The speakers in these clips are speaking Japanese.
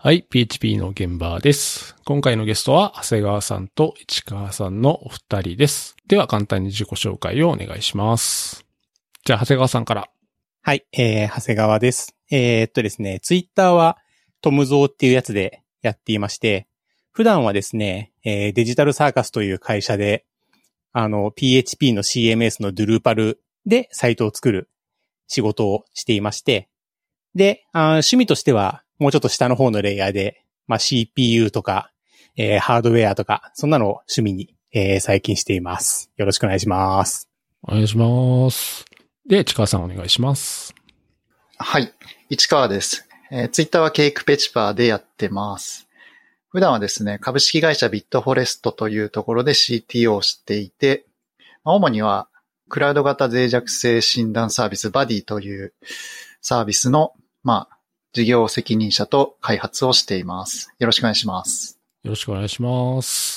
はい、PHP の現場です。今回のゲストは長谷川さんと市川さんのお二人です。では簡単に自己紹介をお願いします。じゃあ長谷川さんから。 はい、長谷川です。ですね、ツイッターはトムゾーっていうやつでやっていまして、普段はですね、デジタルサーカスという会社で、PHP の CMS の Drupal でサイトを作る仕事をしていまして、で、趣味としてはもうちょっと下の方のレイヤーで、CPU とか、ハードウェアとか、そんなのを趣味に、最近しています。よろしくお願いします。 お願いします。で、市川さんお願いします。 はい、市川です。ツイッターはケイクペチパーでやってます。普段はですね、株式会社ビットフォレストというところで CTO をしていて、主にはクラウド型脆弱性診断サービスバディというサービスの、事業責任者と開発をしています。よろしくお願いします。 よろしくお願いします。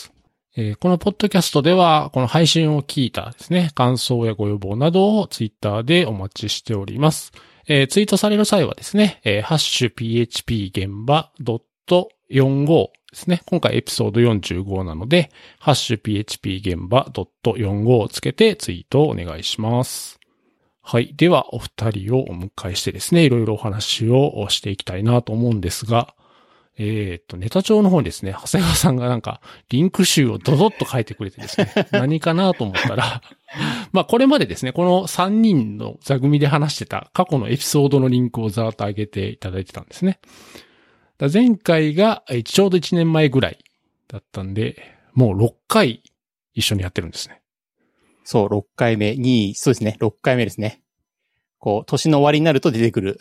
このポッドキャストでは、この配信を聞いたですね、感想やご要望などをツイッターでお待ちしております。ツイートされる際はですね、ハッシュ PHP 現場 .45 ですね。今回エピソード45なので、ハッシュ PHP 現場 .45 をつけてツイートをお願いします。はい。では、お二人をお迎えしてですね、いろいろお話をしていきたいなと思うんですが、ネタ帳の方にですね、長谷川さんがなんか、リンク集をドドッと書いてくれてですね、何かなと思ったら、これまでですね、この3人の座組で話してた過去のエピソードのリンクをざーっと上げていただいてたんですね。前回がちょうど1年前ぐらいだったんで、もう6回一緒にやってるんですね。 そう、6回目に、そうですね、6回目ですね。こう、年の終わりになると出てくる。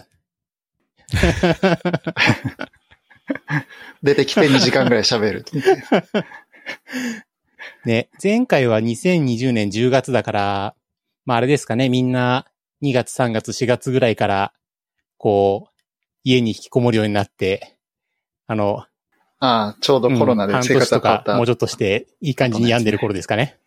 出てきて2時間ぐらい喋る。 ね、前回は2020年10月だから、あれですかね、みんな2月3月4月ぐらいから、こう、家に引きこもるようになって、ちょうどコロナで生活が変わった。 もうちょっとして、いい感じに病んでる頃ですかね。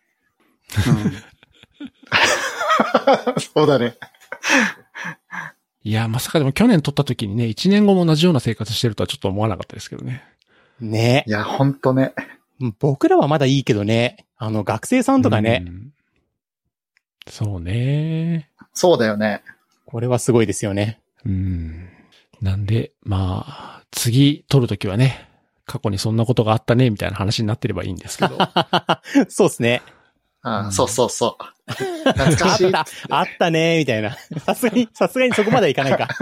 そうだね。 いや、まさかでも去年撮った時にね、1年後も同じような生活してるとはちょっと思わなかったですけどね。 ね。 いや、ほんとね。 僕らはまだいいけどね、学生さんとかね。 そうね。 そうだよね。 これはすごいですよね。 なんで、次撮るときはね、過去にそんなことがあったね、みたいな話になってればいいんですけど。 そうですね。 そうそうそう。懐かしい。 あったね、みたいな。さすがにそこまではいかないか。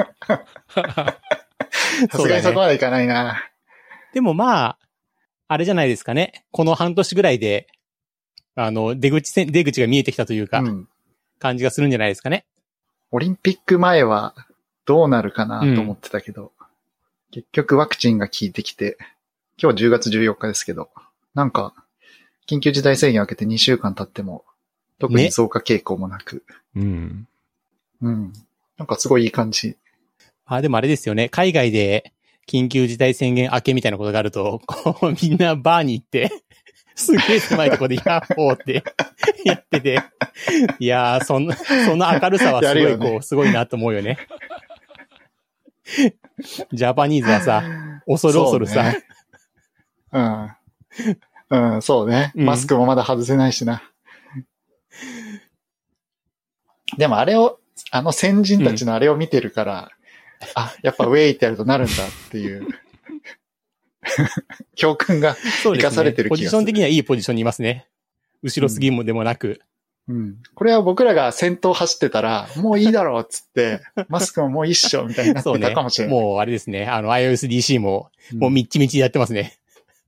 さすがにそこまでいかないな。 でもあれじゃないですかね。この半年ぐらいで、出口が見えてきたというか、感じがするんじゃないですかね。 オリンピック前はどうなるかなと思ってたけど、結局ワクチンが効いてきて、今日10月14日ですけど、なんか、緊急事態宣言明けて2週間経っても、特に増加傾向もなく。なんかすごいいい感じ。 でもあれですよね。海外で緊急事態宣言明けみたいなことがあると、こうみんなバーに行って、すげえ狭いところでヤッホーってやってて、いやー、その明るさはすごいこう、すごいなと思うよね。ジャパニーズはさ、恐る恐るさ。 そうね。マスクもまだ外せないしな。でもあれを、先人たちのあれを見てるから、やっぱウェイってやるとなるんだっていう、教訓が生かされてる気がする。 ポジション的にはいいポジションにいますね。後ろすぎもでもなく。 これは僕らが先頭走ってたら、もういいだろうっつって、マスクももう一緒みたいになってたかもしれない。 もうあれですね。iOSDC も、もうみっちみちやってますね。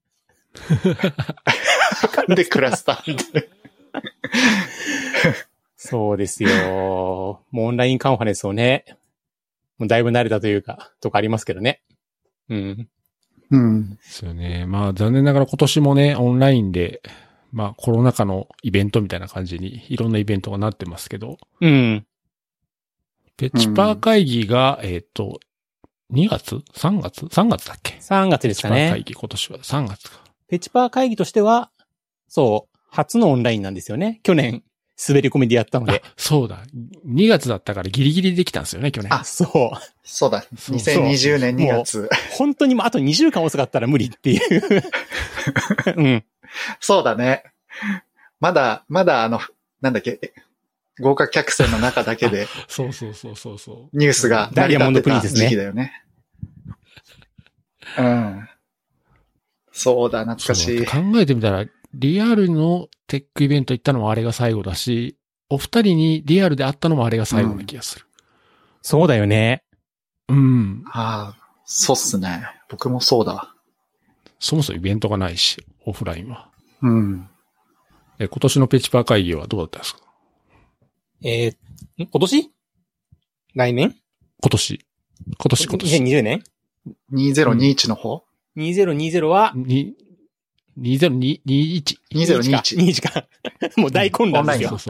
で、クラスターみたいな。 そうですよ。もうオンラインカンファレンスをね、もうだいぶ慣れたというか、とかありますけどね。 ですよね。残念ながら今年もね、オンラインで、コロナ禍のイベントみたいな感じに、いろんなイベントがなってますけど。ペチパー会議が、2月 ?3 月 ?3 月だっけ ?3 月ですかね。 ペチパー会議今年は3月か。 ペチパー会議としては、そう、初のオンラインなんですよね。去年滑り込みでやったので。 そうだ。2月だったからギリギリできたんですよね、去年。 そう。 そうだ。2020年2月。 本当にもうあと2週間遅かったら無理っていう。うん。 そうだね。まだなんだっけ、豪華客船の中だけで。 そう。 ニュースがダイヤモンドプリンセスね。 時期だよね。うん。そうだ、懐かしい。 考えてみたら、リアルのテックイベント行ったのもあれが最後だし、お二人にリアルで会ったのもあれが最後な気がする。 そうだよね。 うん。 ああ、そうっすね。僕もそうだ。 そもそもイベントがないし、オフラインは。 うん。 今年のペチパー会議はどうだったんですか？ 今年？来年？ 今年。 2020年？ 2021の方？ 2020は 2021。 2021か。もう大混乱ですよ。 そう。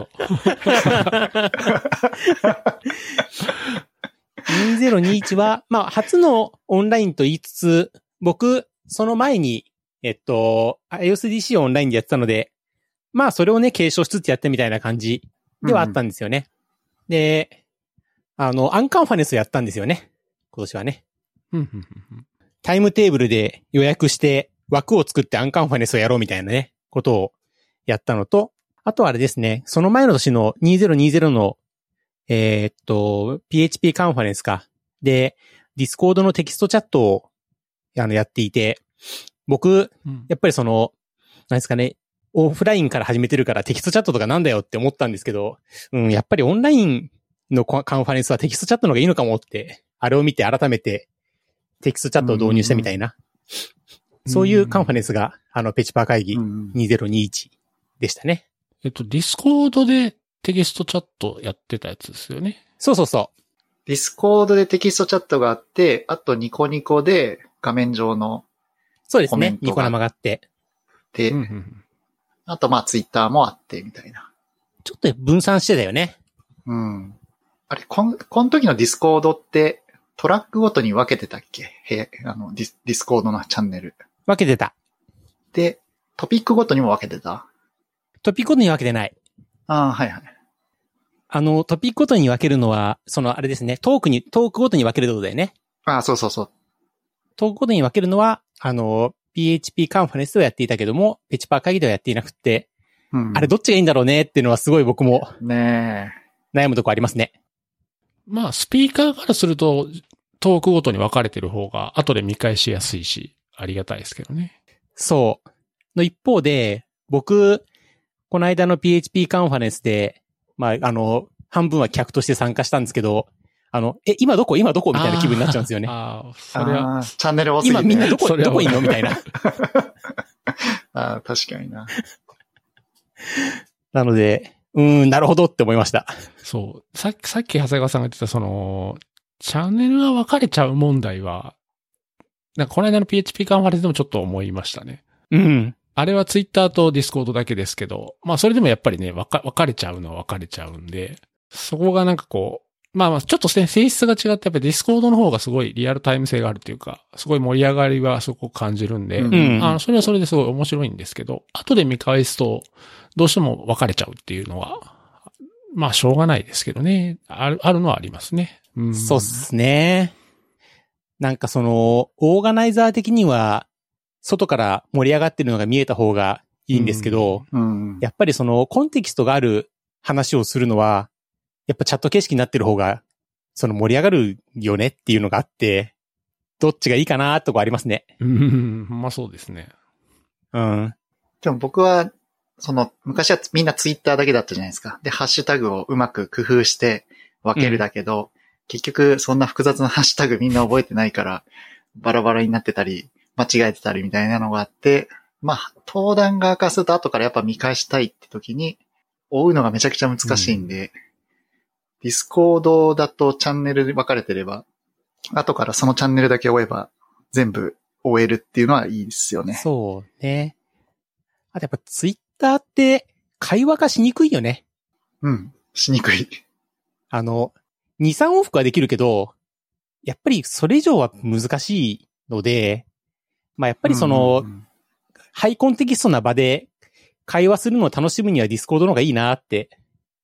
2021は、まあ、初のオンラインと言いつつ、僕、その前に、IOSDC をオンラインでやってたので、まあ、それをね、継承しつつやってみたいな感じではあったんですよね。で、アンカンファネスをやったんですよね。今年はね。タイムテーブルで予約して枠を作ってアンカンファネスをやろうみたいなね、ことをやったのと、あとはあれですね、その前の年の2020の、PHP カンファレンスか。で、ディスコードのテキストチャットを、やっていて、僕、やっぱり何ですかね、オフラインから始めてるからテキストチャットとかなんだよって思ったんですけど、やっぱりオンラインのカンファレンスはテキストチャットの方がいいのかもって、あれを見て改めてテキストチャットを導入したみたいな。そういうカンファレンスが、ペチパー会議2021でしたね。 ディスコードでテキストチャットやってたやつですよね。 そう。 ディスコードでテキストチャットがあって、あとニコニコで画面上のそうですね。ニコ生があって。 で、あとツイッターもあってみたいな。 ちょっと分散してたよね。 うん。あれ、この時のディスコードってトラックごとに分けてたっけ？ディスコードのチャンネル。 分けてた。 で、トピックごとにも分けてた？ トピックごとに分けてない。 ああ、はいはい。 トピックごとに分けるのは、あれですね、トークごとに分けるってことだよね。 ああ、そう。 トークごとに分けるのは、PHP カンファレンスではやっていたけども、ペチパー会議ではやっていなくて、あれどっちがいいんだろうねっていうのはすごい僕も、悩むとこありますね。 まあ、スピーカーからすると、トークごとに分かれてる方が、後で見返しやすいし、ありがたいですけどね。そう。 の一方で、僕、この間の PHP カンファレンスで、半分は客として参加したんですけど、今どこみたいな気分になっちゃうんですよね。 それは、チャンネル多すぎて、 今みんなどこいんのみたいな。 確かにな。 なので、なるほどって思いました。 そう。さっき長谷川さんが言ってた、チャンネルが分かれちゃう問題は、この間の PHP カンファレンスでもちょっと思いましたね。あれはツイッターとディスコードだけですけど、それでもやっぱりね、分かれちゃうのは分かれちゃうんで、そこがちょっと性質が違って、やっぱりディスコードの方がすごいリアルタイム性があるというか、すごい盛り上がりはそこ感じるんで、それはそれですごい面白いんですけど、後で見返すと、どうしても分かれちゃうっていうのは、しょうがないですけどね。あるのはありますね。 そうっすね。オーガナイザー的には、外から盛り上がってるのが見えた方がいいんですけど、やっぱりコンテキストがある話をするのは、やっぱチャット形式になってる方が、盛り上がるよねっていうのがあって、どっちがいいかなとかありますね。 そうですね。 でも僕は、昔はみんなツイッターだけだったじゃないですか。で、ハッシュタグをうまく工夫して分けるだけど、結局そんな複雑なハッシュタグみんな覚えてないから、バラバラになってたり、間違えてたりみたいなのがあって、登壇側からすると後からやっぱ見返したいって時に、追うのがめちゃくちゃ難しいんで、ディスコードだとチャンネルで分かれてれば、後からそのチャンネルだけ追えば全部追えるっていうのはいいですよね。 そうね。あとやっぱツイッターって会話がしにくいよね。 しにくい。 2、3往復はできるけど、やっぱりそれ以上は難しいので、やっぱりハイコンテキストな場で会話するのを楽しむにはディスコードの方がいいなって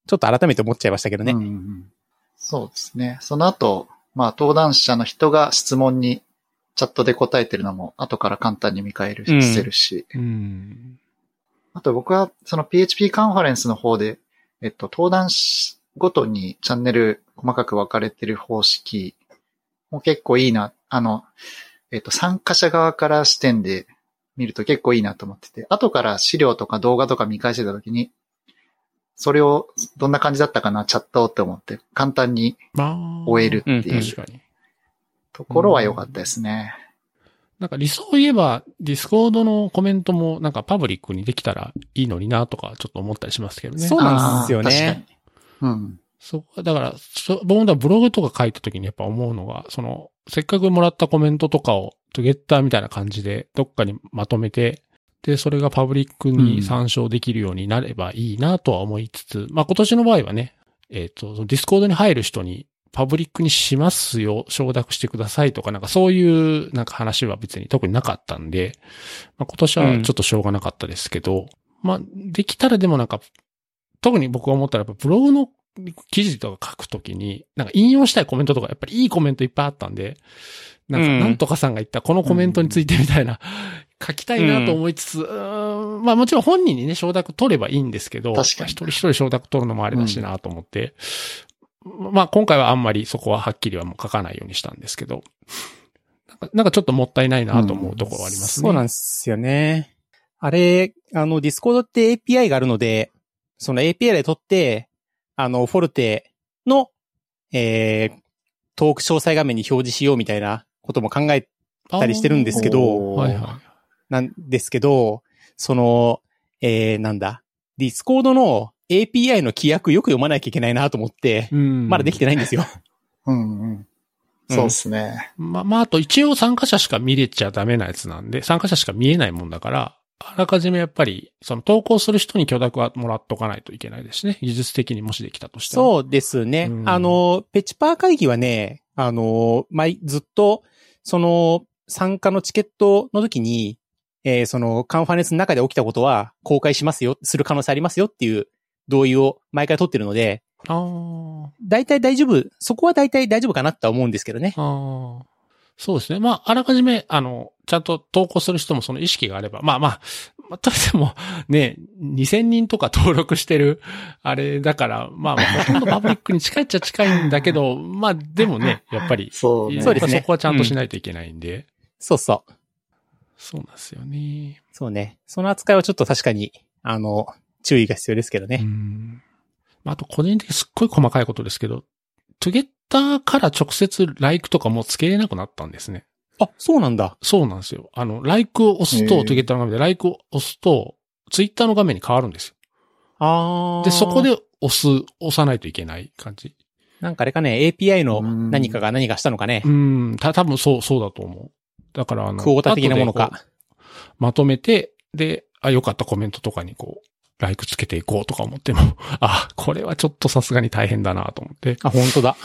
ちょっと改めて思っちゃいましたけどね。 そうですね。その後、登壇者の人が質問にチャットで答えてるのも後から簡単に見返るせるし。あと僕はその PHP カンファレンスの方で、登壇ごとにチャンネル細かく分かれてる方式も結構いいな。参加者側から視点で見ると結構いいなと思ってて、後から資料とか動画とか見返してた時に、それをどんな感じだったかな、チャットって思って簡単に終えるっていうところは良かったですね。 なんか理想を言えば、ディスコードのコメントもなんかパブリックにできたらいいのになとかちょっと思ったりしますけどね。 そうなんですよね。 確かに。うん。 だから、僕はブログとか書いた時にやっぱ思うのが、せっかくもらったコメントとかをトゥゲッターみたいな感じでどっかにまとめて、で、それがパブリックに参照できるようになればいいなとは思いつつ、今年の場合はね、ディスコードに入る人にパブリックにしますよ、承諾してくださいとかなんかそういうなんか話は別に特になかったんで、今年はちょっとしょうがなかったですけど、できたらでもなんか、特に僕が思ったらやっぱブログの記事とか書くときに、なんか引用したいコメントとかやっぱりいいコメントいっぱいあったんで、なんとかさんが言ったこのコメントについてみたいな、書きたいなと思いつつ、もちろん本人にね、承諾取ればいいんですけど、一人一人承諾取るのもあれだしなと思って、今回はあんまりそこははっきりはもう書かないようにしたんですけど、なんかちょっともったいないなと思うところはありますね。 そうなんですよね。あれ、ディスコードって API があるので、その API で取って、フォルテの、トーク詳細画面に表示しようみたいなことも考えたりしてるんですけど、なんですけど、ディスコードの API の規約よく読まなきゃいけないなと思って、まだできてないんですよ。 そうですね。 あと一応参加者しか見れちゃダメなやつなんで、参加者しか見えないもんだから、あらかじめやっぱり、投稿する人に許諾はもらっとかないといけないですね。技術的にもしできたとしても。 そうですね。ペチパー会議はね、ずっと、参加のチケットの時に、カンファレンスの中で起きたことは公開しますよ、する可能性ありますよっていう同意を毎回取ってるので、大体大丈夫、そこは大体大丈夫かなとは思うんですけどね。 そうですね。あらかじめ、ちゃんと投稿する人もその意識があれば、としてもね、2000人とか登録してる、あれだから、ほとんどパブリックに近いっちゃ近いんだけど、でもね、やっぱり、 そうですね。 そこはちゃんとしないといけないんで。 そうそう。 そうなんですよね。 そうね。その扱いはちょっと確かに、注意が必要ですけどね。 あと個人的にすっごい細かいことですけど、トゥゲッターから直接ライクとかもつけれなくなったんですね。 あ、そうなんだ。 そうなんですよ。ライクを押すと、トゥゲッターの画面でライクを押すと、ツイッターの画面に変わるんですよ。で、そこで押さないといけない感じ。 なんかあれかね、API の何かが何かしたのかね。 多分そうだと思う。だからクオータ的なものか。 まとめて、で、良かったコメントとかにライクつけていこうとか思っても、これはちょっとさすがに大変だなと思って。 本当だ。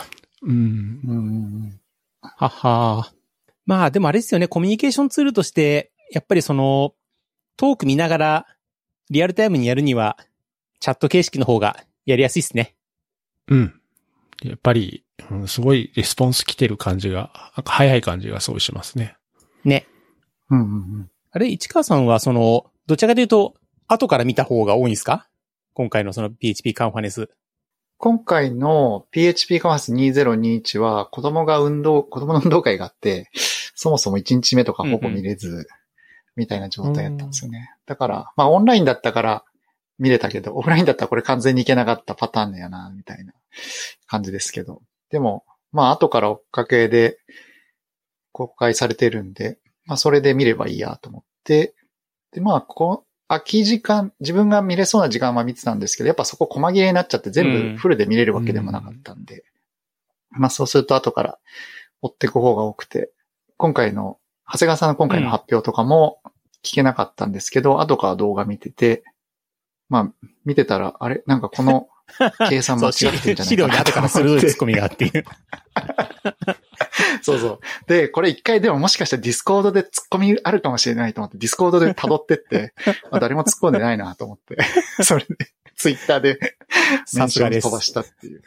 はは。でもあれですよね、コミュニケーションツールとして、やっぱりトーク見ながら、リアルタイムにやるには、チャット形式の方がやりやすいですね。 やっぱり、すごいレスポンス来てる感じが、早い感じがすごいしますね。 ね。あれ、市川さんはどちらかというと、後から見た方が多いんですか？今回のPHP カンファレンス。 今回の PHP カンファレンス2021は子供の運動会があって、そもそも1日目とかほぼ見れず、みたいな状態だったんですよね。だから、オンラインだったから見れたけど、オフラインだったらこれ完全にいけなかったパターンやな、みたいな感じですけど。でも、後から追っかけで公開されてるんで、それで見ればいいやと思って、で、空き時間、自分が見れそうな時間は見てたんですけど、やっぱそこ細切れになっちゃって全部フルで見れるわけでもなかったんで、そうすると後から追っていく方が多くて、長谷川さんの今回の発表とかも聞けなかったんですけど、後から動画見てて、見てたら、あれなんかこの計算間違ってるんじゃないかな。 資料に後から鋭いツッコミがあっていう。 そうそう。で、これ一回でももしかしたらディスコードでツッコミあるかもしれないと思って、ディスコードで辿ってって、誰も突っ込んでないなと思って、それでツイッターでメンションさすがです。 飛ばしたっていう。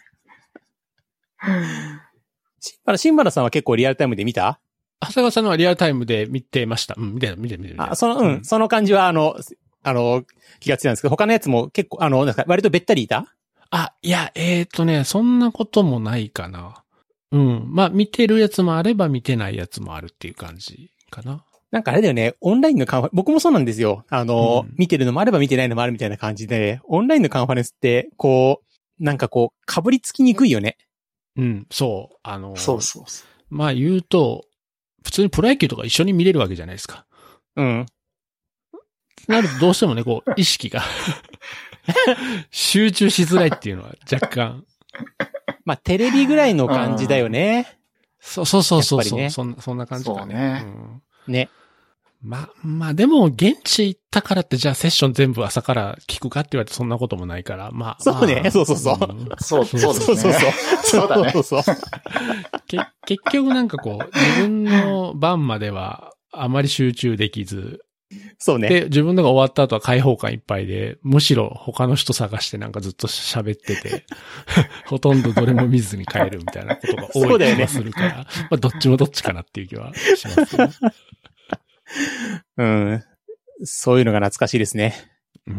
新原さんは結構リアルタイムで見た？ 長谷川さんのはリアルタイムで見てました。うん、見て。 あ、その感じは気がついたんですけど、他のやつも結構、なんか割とべったりいた？ あ、いや、そんなこともないかな。うん。まあ、見てるやつもあれば見てないやつもあるっていう感じかな。 なんかあれだよね、オンラインのカンファ、僕もそうなんですよ。見てるのもあれば見てないのもあるみたいな感じで、オンラインのカンファレンスって、なんか被りつきにくいよね。 うん、そう。 そうそう。 まあ言うと、普通にプロ野球とか一緒に見れるわけじゃないですか。 うん。 なるとどうしてもね、意識が集中しづらいっていうのは若干。 まあ、テレビぐらいの感じだよね。 そう。 ね、 そんな感じかね。 ね。 ね。 まあでも、現地行ったからってじゃあセッション全部朝から聞くかって言われてそんなこともないから、まあ。 そうね、そう。 そうですね。そうだね。 そう。 結局なんか自分の番まではあまり集中できず、 そうね。 で、自分のが終わった後は開放感いっぱいで、むしろ他の人探してなんかずっと喋ってて、ほとんどどれも見ずに帰るみたいなことが多い気がするから、まあどっちもどっちかなっていう気はしますけど。 うん。そういうのが懐かしいですね。 うん。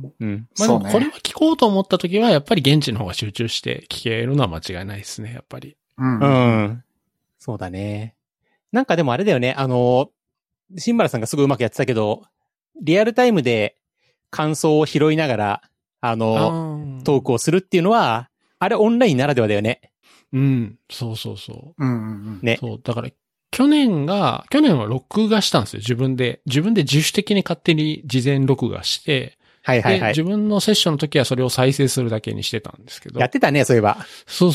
まあでもこれは聞こうと思った時は、やっぱり現地の方が集中して聞けるのは間違いないですね、やっぱり。 うん。そうだね。なんかでもあれだよね、新原さんがすごい上手くやってたけど、リアルタイムで感想を拾いながら、トークをするっていうのは、あれオンラインならではだよね。 うん。そう。 ね。 そう。だから、去年は録画したんですよ。自分で自主的に勝手に事前録画して、 はい。 で、自分のセッションの時はそれを再生するだけにしてたんですけど。 やってたね、そういえば。 そう。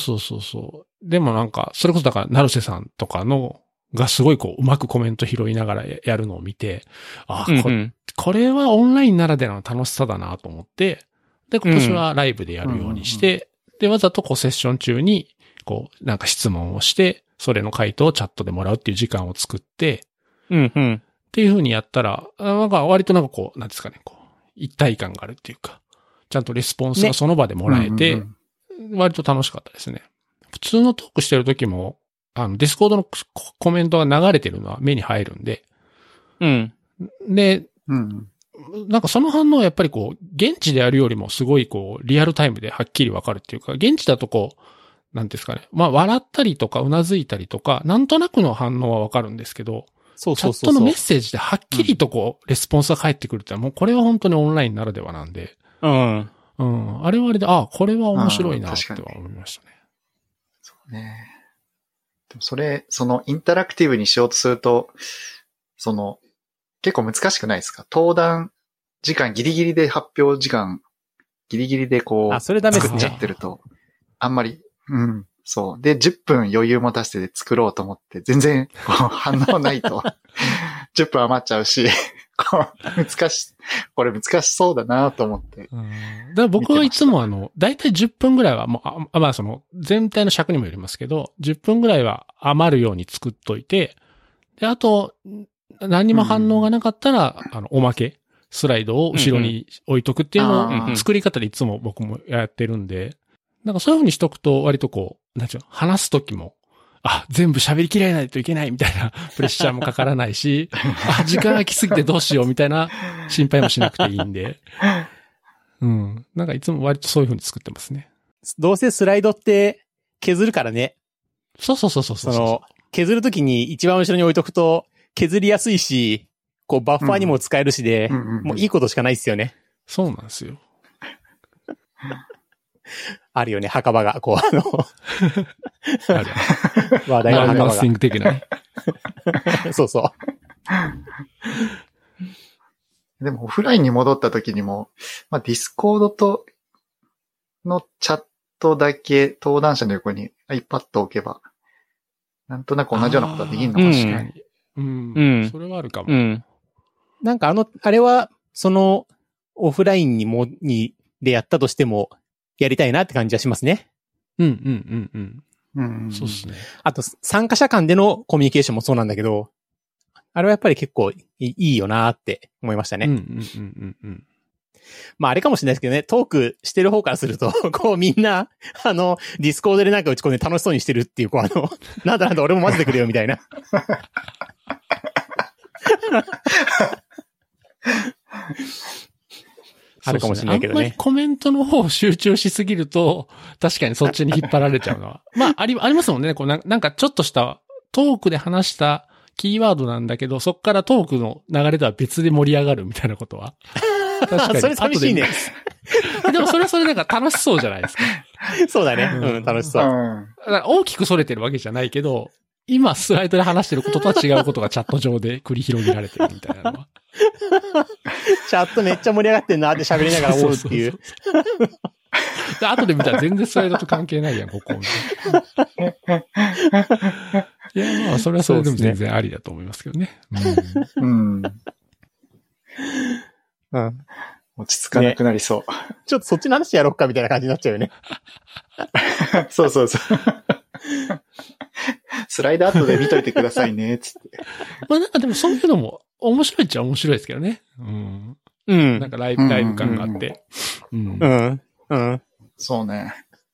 でもなんか、それこそだから、成瀬さんとかがすごいうまくコメント拾いながらやるのを見て、これはオンラインならではの楽しさだなと思って、で、今年はライブでやるようにして、で、わざとセッション中に、なんか質問をして、それの回答をチャットでもらうっていう時間を作って、っていう風にやったら、なんか割となんかなんですかね、一体感があるっていうか、ちゃんとレスポンスがその場でもらえて、割と楽しかったですね。普通のトークしてる時も、ディスコードのコメントが流れてるのは目に入るんで、で、なんかその反応はやっぱり現地でやるよりもすごいリアルタイムではっきりわかるっていうか、現地だとなんですかね。まあ、笑ったりとか、うなずいたりとか、なんとなくの反応はわかるんですけど、チャットのメッセージではっきりとレスポンスが返ってくるってもうこれは本当にオンラインならではなんで。あれはあれで、これは面白いなっては思いましたね。 そうね。でもそのインタラクティブにしようとすると、結構難しくないですか？登壇時間ギリギリで発表時間ギリギリでそれダメですね。 作っちゃってると、あんまり、そう。で、10分余裕持たせて作ろうと思って、全然反応ないと、10分余っちゃうし、これ難しそうだなと思って。 だから僕はいつもだいたい10分ぐらいはもう、まあ全体の尺にもよりますけど、10分ぐらいは余るように作っといて、で、あと、何にも反応がなかったら、おまけ、スライドを後ろに置いとくっていうのを作り方でいつも僕もやってるんで、なんかそういう風にしとくと割となんちゅうの、話すときも、全部喋りきれないといけないみたいなプレッシャーもかからないし、時間が来すぎてどうしようみたいな心配もしなくていいんで、なんかいつも割とそういう風に作ってますね。 どうせスライドって削るからね。 そう。 削るときに一番後ろに置いとくと削りやすいし、バッファーにも使えるしで、もういいことしかないっすよね。 そうなんですよ。 あるよね、墓場が、ある。 話題の墓場が。バランシング的なね。 そう。 でもオフラインに戻った時にも、まあディスコードのチャットだけ登壇者の横に iPad 置けば、なんとなく同じようなことができるのかもしれない。 それはあるかも。 なんかあれは、オフラインでやったとしても、やりたいなって感じはしますね。 そうですね。 あと、参加者間でのコミュニケーションもそうなんだけど、あれはやっぱり結構いいよなって思いましたね。 まああれかもしれないですけどね、トークしてる方からすると、こうみんな、ディスコードでなんか打ち込んで楽しそうにしてるっていう、こうなんだ俺も混ぜてくれよみたいな。あるかもしれないけどね。 あんまりコメントの方を集中しすぎると、確かにそっちに引っ張られちゃうのは。まあ、ありますもんね。こうなんかちょっとしたトークで話したキーワードなんだけど、そっからトークの流れとは別で盛り上がるみたいなことは。確かに。 それ寂しいね。 でもそれはそれなんか楽しそうじゃないですか。 そうだね。うん、楽しそう。 うん。 だから大きくそれてるわけじゃないけど、今スライドで話してることとは違うことがチャット上で繰り広げられてるみたいなのは。 チャットめっちゃ盛り上がってんなって喋りながら思うっていう。 で後で見たら全然スライドと関係ないやん、ここ。いや、まあ、それはそれでも全然ありだと思いますけどね。 うん。 うん。 落ち着かなくなりそう。 ちょっとそっちの話やろっかみたいな感じになっちゃうよね。 そうそうそう。スライド後で見といてくださいね、つって。 まあなんかでもそういうのも面白いっちゃ面白いですけどね。うん。 うん。 なんかライブ感があって。 うん。うん。 そうね。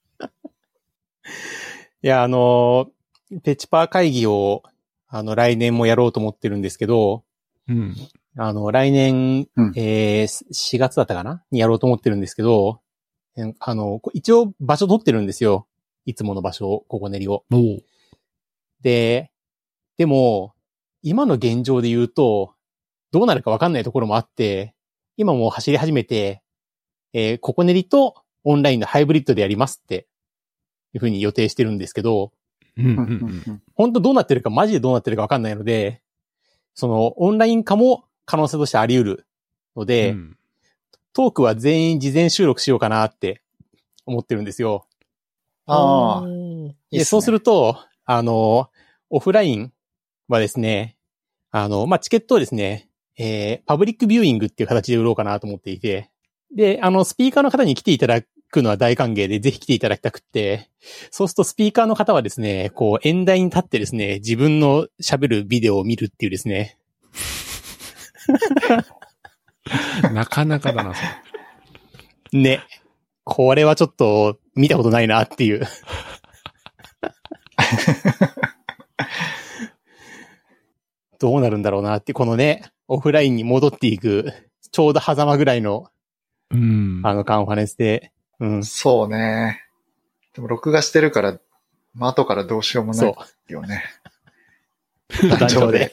いや、ペチパー会議を、来年もやろうと思ってるんですけど、 うん。 来年、4月だったかなにやろうと思ってるんですけど、一応場所取ってるんですよ。いつもの場所を、ここ練りを。でも、今の現状で言うと、どうなるかわかんないところもあって、今もう走り始めて、ここ練りとオンラインのハイブリッドでやりますっていうふうに予定してるんですけど、本当どうなってるか、マジでどうなってるかわかんないので、そのオンライン化も可能性としてあり得るので、トークは全員事前収録しようかなって思ってるんですよ。 ああ。 で、そうすると、オフラインはですね、チケットをですね、パブリックビューイングっていう形で売ろうかなと思っていて、で、スピーカーの方に来ていただくのは大歓迎で、ぜひ来ていただきたくって、そうするとスピーカーの方はですね、こう、演台に立ってですね、自分の喋るビデオを見るっていうですね。 なかなかだな、それ。ね。これはちょっと見たことないなっていう。どうなるんだろうなって、このね、オフラインに戻っていく、ちょうど狭間ぐらいの、カンファレンスで。 そうね。でも録画してるから、まあ、後からどうしようもないよね。 団長で。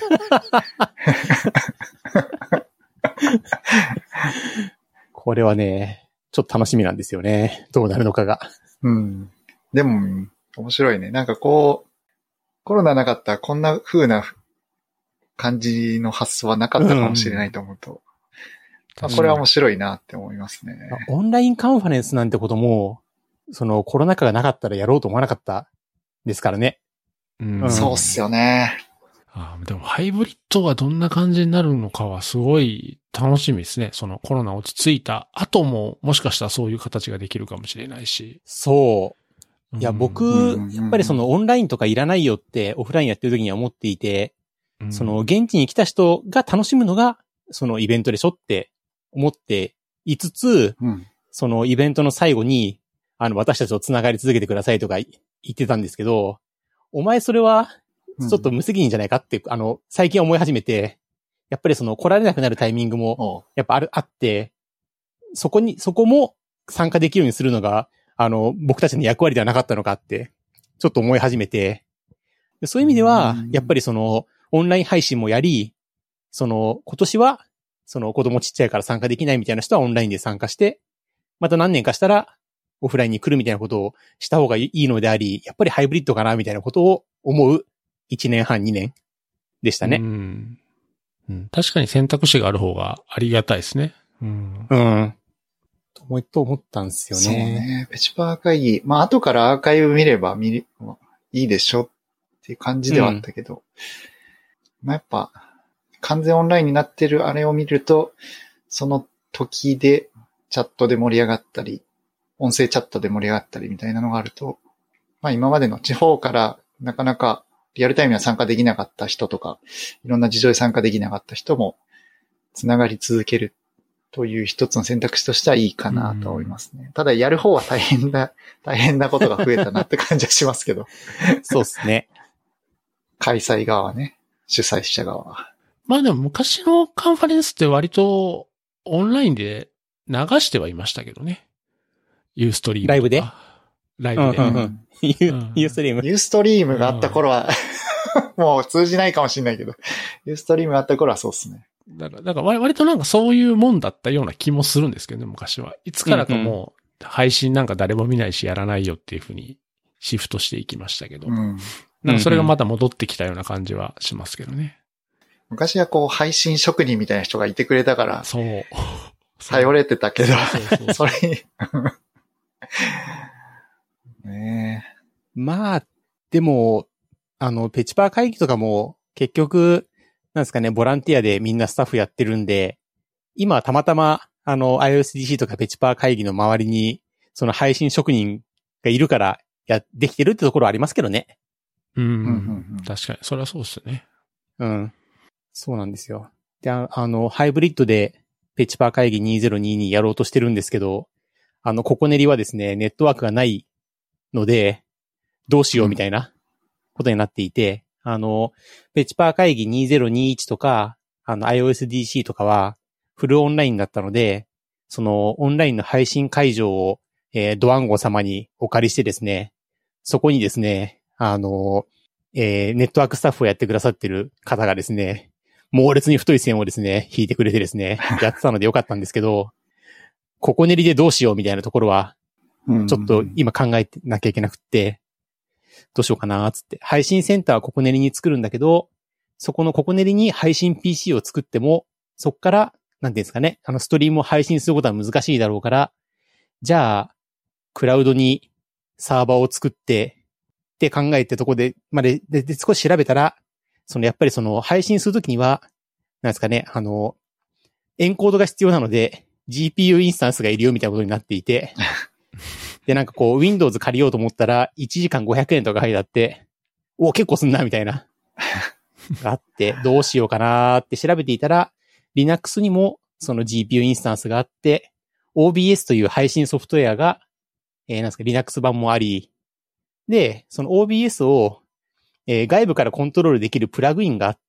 これはね、ちょっと楽しみなんですよね。どうなるのかが。 うん。でも、面白いね。なんかこう、コロナなかったらこんな風な感じの発想はなかったかもしれないと思うと、これは面白いなって思いますね。 オンラインカンファレンスなんてことも、そのコロナ禍がなかったらやろうと思わなかったですからね。 そうっすよね。 でもハイブリッドはどんな感じになるのかはすごい楽しみですね。そのコロナ落ち着いた後ももしかしたらそういう形ができるかもしれないし。 そう。いや、僕、やっぱりそのオンラインとかいらないよってオフラインやってる時には思っていて、その現地に来た人が楽しむのがそのイベントでしょって思っていつつ、そのイベントの最後に私たちと繋がり続けてくださいとか言ってたんですけど、お前それはちょっと無責任じゃないかって、最近思い始めて、やっぱりその来られなくなるタイミングもやっぱあって、そこも参加できるようにするのが僕たちの役割ではなかったのかってちょっと思い始めて、そういう意味ではやっぱりそのオンライン配信もやり、今年はその子供ちっちゃいから参加できないみたいな人はオンラインで参加して、また何年かしたらオフラインに来るみたいなことをした方がいいのであり、やっぱりハイブリッドかなみたいなことを思う1年半2年でしたね。 確かに選択肢がある方がありがたいですね。 と思ったんですよね。 そうね。ペチパー会議。まあ、後からアーカイブ見ればいいでしょっていう感じではあったけど、まあ、やっぱ、完全オンラインになってるあれを見ると、その時でチャットで盛り上がったり、音声チャットで盛り上がったりみたいなのがあると、まあ今までの地方からなかなかリアルタイムには参加できなかった人とか、いろんな事情で参加できなかった人も、つながり続けるという一つの選択肢としてはいいかなと思いますね。ただやる方は大変なことが増えたなって感じはしますけど。 そうですね。 開催側はね、主催者側は。 まあでも昔のカンファレンスって割とオンラインで流してはいましたけどね。ユーストリームとか。ライブで。 ユーストリーム。 ユーストリームがあった頃は、もう通じないかもしれないけど、ユーストリームがあった頃はそうですね。 だから割となんかそういうもんだったような気もするんですけどね、昔は。いつからかもう配信なんか誰も見ないしやらないよっていう風にシフトしていきましたけど。なんかそれがまた戻ってきたような感じはしますけどね。 昔はこう配信職人みたいな人がいてくれたから、 そう。 頼れてたけど、それにねえ。 まあ、でも、ペチパー会議とかも結局、なんですかね、ボランティアでみんなスタッフやってるんで、今はたまたま、iOSDC とかペチパー会議の周りに、その配信職人がいるから、できてるってところはありますけどね。 確かに、それはそうですね。 うん。そうなんですよ。で、ハイブリッドでペチパー会議2022やろうとしてるんですけど、ココネリはですね、ネットワークがないので、どうしようみたいなことになっていて、ペチパー会議2021とか、iOSDC とかは、フルオンラインだったので、そのオンラインの配信会場を、ドワンゴ様にお借りしてですね、そこにですね、ネットワークスタッフをやってくださってる方がですね、猛烈に太い線をですね、引いてくれてですね、やってたのでよかったんですけど、ココネリでどうしようみたいなところは、ちょっと今考えてなきゃいけなくって、どうしようかなーつって。配信センターはココネリに作るんだけど、そこのココネリに配信 PC を作っても、そっから、なんていうんですかね、ストリームを配信することは難しいだろうから、じゃあ、クラウドにサーバーを作って、って考えてとこで、で少し調べたら、やっぱり配信するときには、なんですかね、エンコードが必要なので、GPU インスタンスがいるよみたいなことになっていて、で、なんかこう、Windows 借りようと思ったら、1時間500円とか書いてあって、結構すんな、みたいな。があって、どうしようかなーって調べていたら、Linux にもその GPU インスタンスがあって、OBS という配信ソフトウェアが、なんですか、Linux 版もあり、で、その OBS を、外部からコントロールできるプラグインがあって、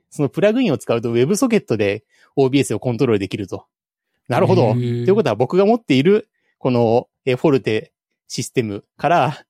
そのプラグインを使うと WebSocket で OBS をコントロールできると。なるほど。ということは僕が持っている、この、フォルテシステムから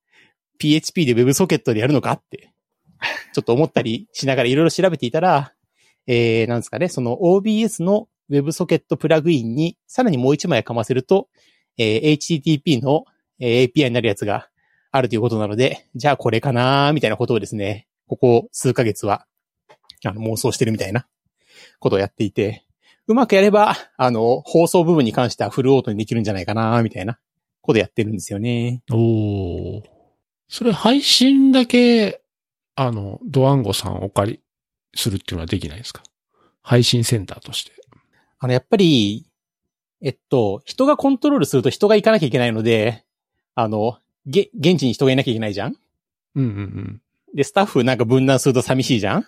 PHP で WebSocket でやるのかって、ちょっと思ったりしながらいろいろ調べていたら、なんですかね、その OBS の WebSocket プラグインにさらにもう一枚かませると、HTTP の API になるやつがあるということなので、じゃあこれかなーみたいなことをですね、ここ数ヶ月は妄想してるみたいなことをやっていて、うまくやれば、放送部分に関してはフルオートにできるんじゃないかなーみたいなことやってるんですよね。 それ配信だけ、ドワンゴさんお借りするっていうのはできないですか？配信センターとして。 やっぱり、人がコントロールすると人が行かなきゃいけないので、現地に人がいなきゃいけないじゃん？で、スタッフなんか分断すると寂しいじゃん？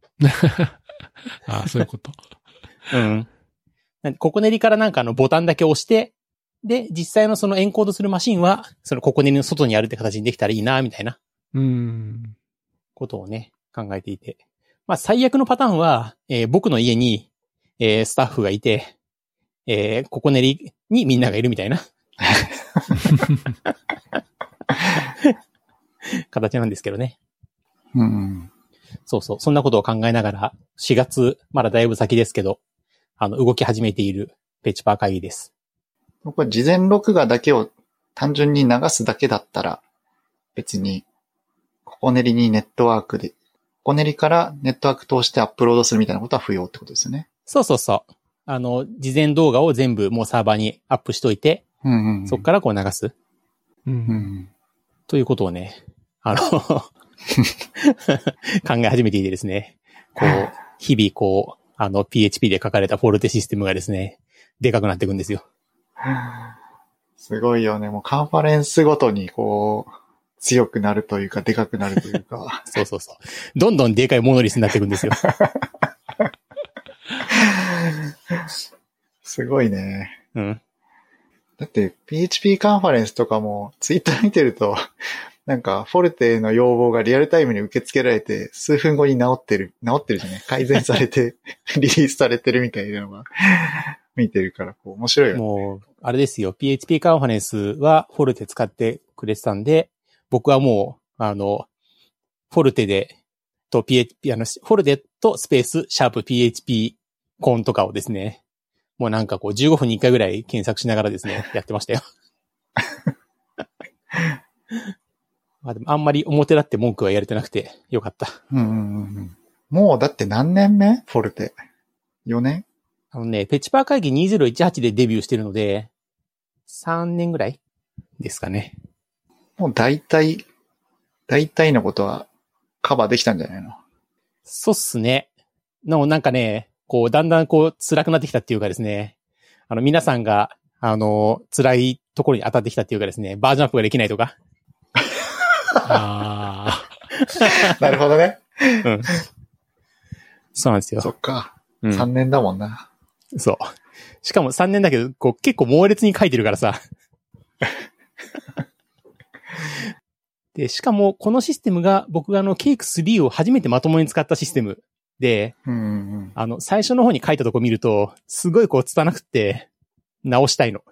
ああ、そういうこと。 うん。ココネリからなんかボタンだけ押して、で、実際のそのエンコードするマシンは、そのココネリの外にあるって形にできたらいいな、みたいな。ことをね、考えていて。まあ、最悪のパターンは、僕の家に、スタッフがいて、ココネリにみんながいるみたいな。形なんですけどね。そうそう。そんなことを考えながら、4月、まだだいぶ先ですけど、動き始めているペチパー会議です。 これ事前録画だけを単純に流すだけだったら、別に、ココネリにネットワークで、ココネリからネットワーク通してアップロードするみたいなことは不要ってことですよね。 そうそうそう。事前動画を全部もうサーバーにアップしといて、そこからこう流す。ということをね、考え始めていてですね、こう、日々こう、PHP で書かれたフォルテシステムがですね、でかくなっていくんですよ。 すごいよね。もうカンファレンスごとにこう、強くなるというか、でかくなるというか。 そうそうそう。どんどんでかいモノリスになっていくんですよ。 すごいね。 うん。 だって PHP カンファレンスとかもツイッター見てると、なんかフォルテの要望がリアルタイムに受け付けられて、数分後に治ってるじゃない改善されて、リリースされてるみたいなのが見てるから、こう面白いよね。 もう、あれですよ。PHP カンファレンスはフォルテ使ってくれてたんで、僕はもう、フォルテで、フォルテとスペース、シャープ PHP コンとかをですね、もうなんかこう15分に1回ぐらい検索しながらですね、やってましたよ。まあでもあんまり表立って文句はやれてなくてよかった。 もうだって何年目フォルテ。4年？ ペチパー会議2018でデビューしてるので、3年ぐらいですかね。 もう大体のことはカバーできたんじゃないの？ そうっすね。なんかね、こう、だんだんこう、辛くなってきたっていうかですね、皆さんが、辛いところに当たってきたっていうかですね、バージョンアップができないとか。 ああ。なるほどね。 うん。そうなんですよ。 そっか。 うん、 3年だもんな。 そう。しかも3年だけど、こう、結構猛烈に書いてるからさ。で、しかも、このシステムが、僕がケイク3を初めてまともに使ったシステムで、最初の方に書いたとこ見ると、すごいこう、拙くって、直したいの。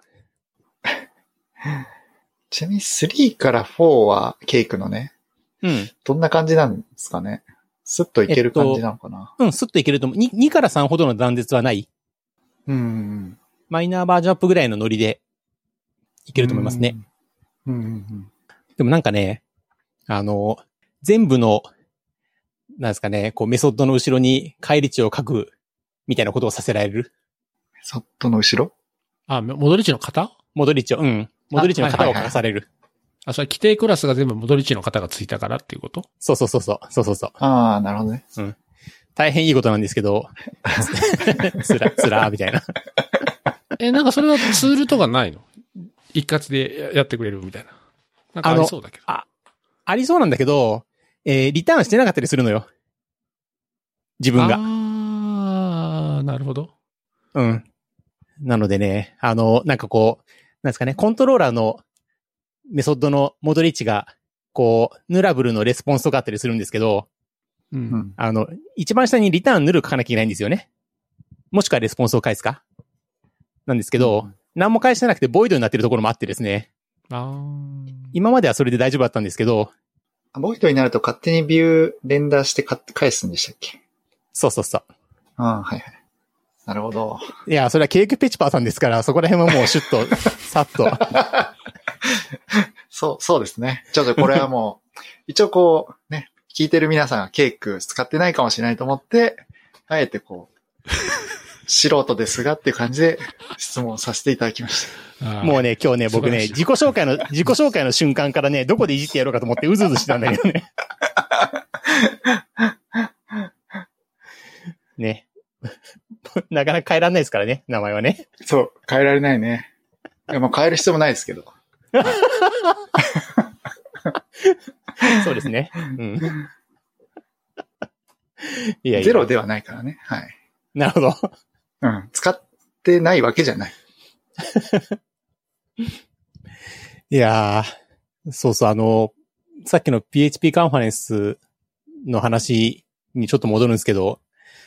ちなみに3から4はケイクのね。 うん。 どんな感じなんですかね。スッといける感じなのかな。 スッといけると思う。2から3ほどの断絶はない。マイナーバージョンアップぐらいのノリでいけると思いますね。でもなんかね、全部の、なんですかね、こうメソッドの後ろに返り値を書くみたいなことをさせられる。 メソッドの後ろ？ 戻り値の型？ 戻り値を、戻り値の型を書かされる。 それ規定クラスが全部戻り値の型がついたからっていうこと？ そう。 ああ、なるほどね。 うん。大変いいことなんですけど、つらーみたいな。 なんかそれはツールとかないの？一括でやってくれるみたいな。なんかありそうだけど。 ありそうなんだけど、リターンしてなかったりするのよ。自分が。 なるほど。 うん。なのでね、なんかこう、なんですかね、コントローラーのメソッドの戻り値が、こう、ヌラブルのレスポンスとかあったりするんですけど、一番下にリターンヌル書かなきゃいけないんですよね。もしくはレスポンスを返すかなんですけど、何も返してなくてボイドになってるところもあってですね。今まではそれで大丈夫だったんですけど、 ボイドになると勝手にビューレンダーして返すんでしたっけ？ そう。 はい。なるほど。 いや、それはケークペチパーさんですから、そこら辺はもうシュッと、さっと。 そうですね。ちょっとこれはもう、一応こう、ね、聞いてる皆さんがケーク使ってないかもしれないと思って、あえてこう、素人ですがっていう感じで質問させていただきました。 もうね、今日ね、僕ね、自己紹介の瞬間からね、どこでいじってやろうかと思ってうずうずしてたんだけどね。ね。なかなか変えられないですからね、名前はね。 そう、変えられないね。いや、まあ変える必要もないですけど。 そうですね。いやゼロではないからね。はい。 なるほど。 使ってないわけじゃない。 いやー、そう、さっきの PHP カンファレンスの話にちょっと戻るんですけど、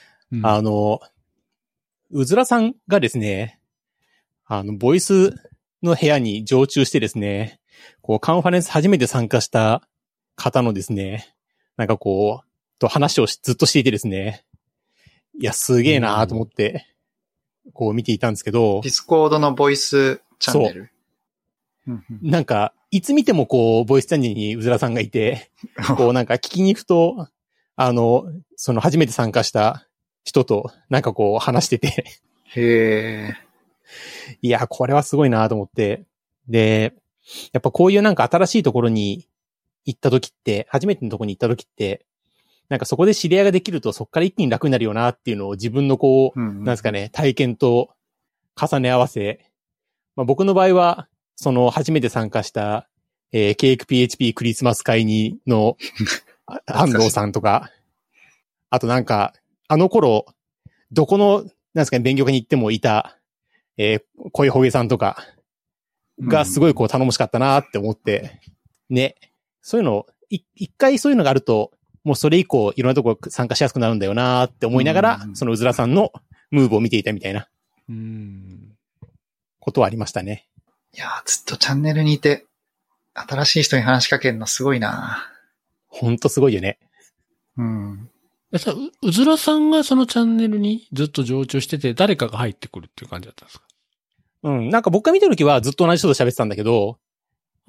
うずらさんがですね、ボイスの部屋に常駐してですね、こう、カンファレンス初めて参加した方のですね、なんかこう、と話をずっとしていてですね、いや、すげえなーと思って、こう見ていたんですけど、 ディスコードのボイスチャンネル。 なんか、いつ見てもこう、ボイスチャンネルにうずらさんがいて、こうなんか聞きに行くと、その初めて参加した人となんかこう話してて。 へー。 いや、これはすごいなと思って。で、やっぱこういうなんか新しいところに行った時って、初めてのところに行った時って、なんかそこで知り合いができるとそっから一気に楽になるよなっていうのを自分のこう、なんですかね、体験と重ね合わせ。まあ僕の場合は、その初めて参加した、ケーク PHP クリスマス会にの安藤さんとか、あとなんか、あの頃、どこの、なんですかね、勉強会に行ってもいた、 小ほげさんとかがすごいこう頼もしかったなって思って、ね。そういうの、一回そういうのがあると、もうそれ以降いろんなとこ参加しやすくなるんだよなって思いながら、そのうずらさんのムーブを見ていたみたいな、ことはありましたね。 いやー、ずっとチャンネルにいて、新しい人に話しかけるのすごいな。 ほんとすごいよね。 うん。 うずらさんがそのチャンネルにずっと常駐してて、誰かが入ってくるっていう感じだったんですか？ うん。なんか僕が見てるときはずっと同じ人と喋ってたんだけど、 うん。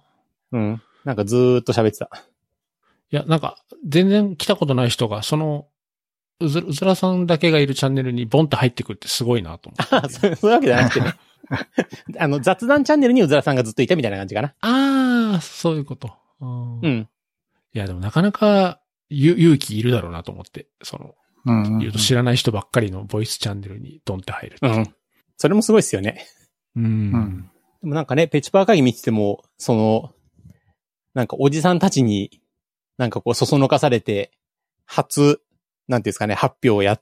なんかずーっと喋ってた。 いや、なんか、全然来たことない人が、その、うずらさんだけがいるチャンネルにボンって入ってくるってすごいなと思って。 そういうわけじゃなくてね。雑談チャンネルにうずらさんがずっといたみたいな感じかな。 ああ、そういうこと。 うん。 いや、でもなかなか勇気いるだろうなと思って、言うと知らない人ばっかりのボイスチャンネルにドンって入るって。 うん。それもすごいですよね。でもなんかね、ペチパー会議見てても、なんかおじさんたちに、なんかこう、そそのかされて、なんていうんですかね、発表をやって、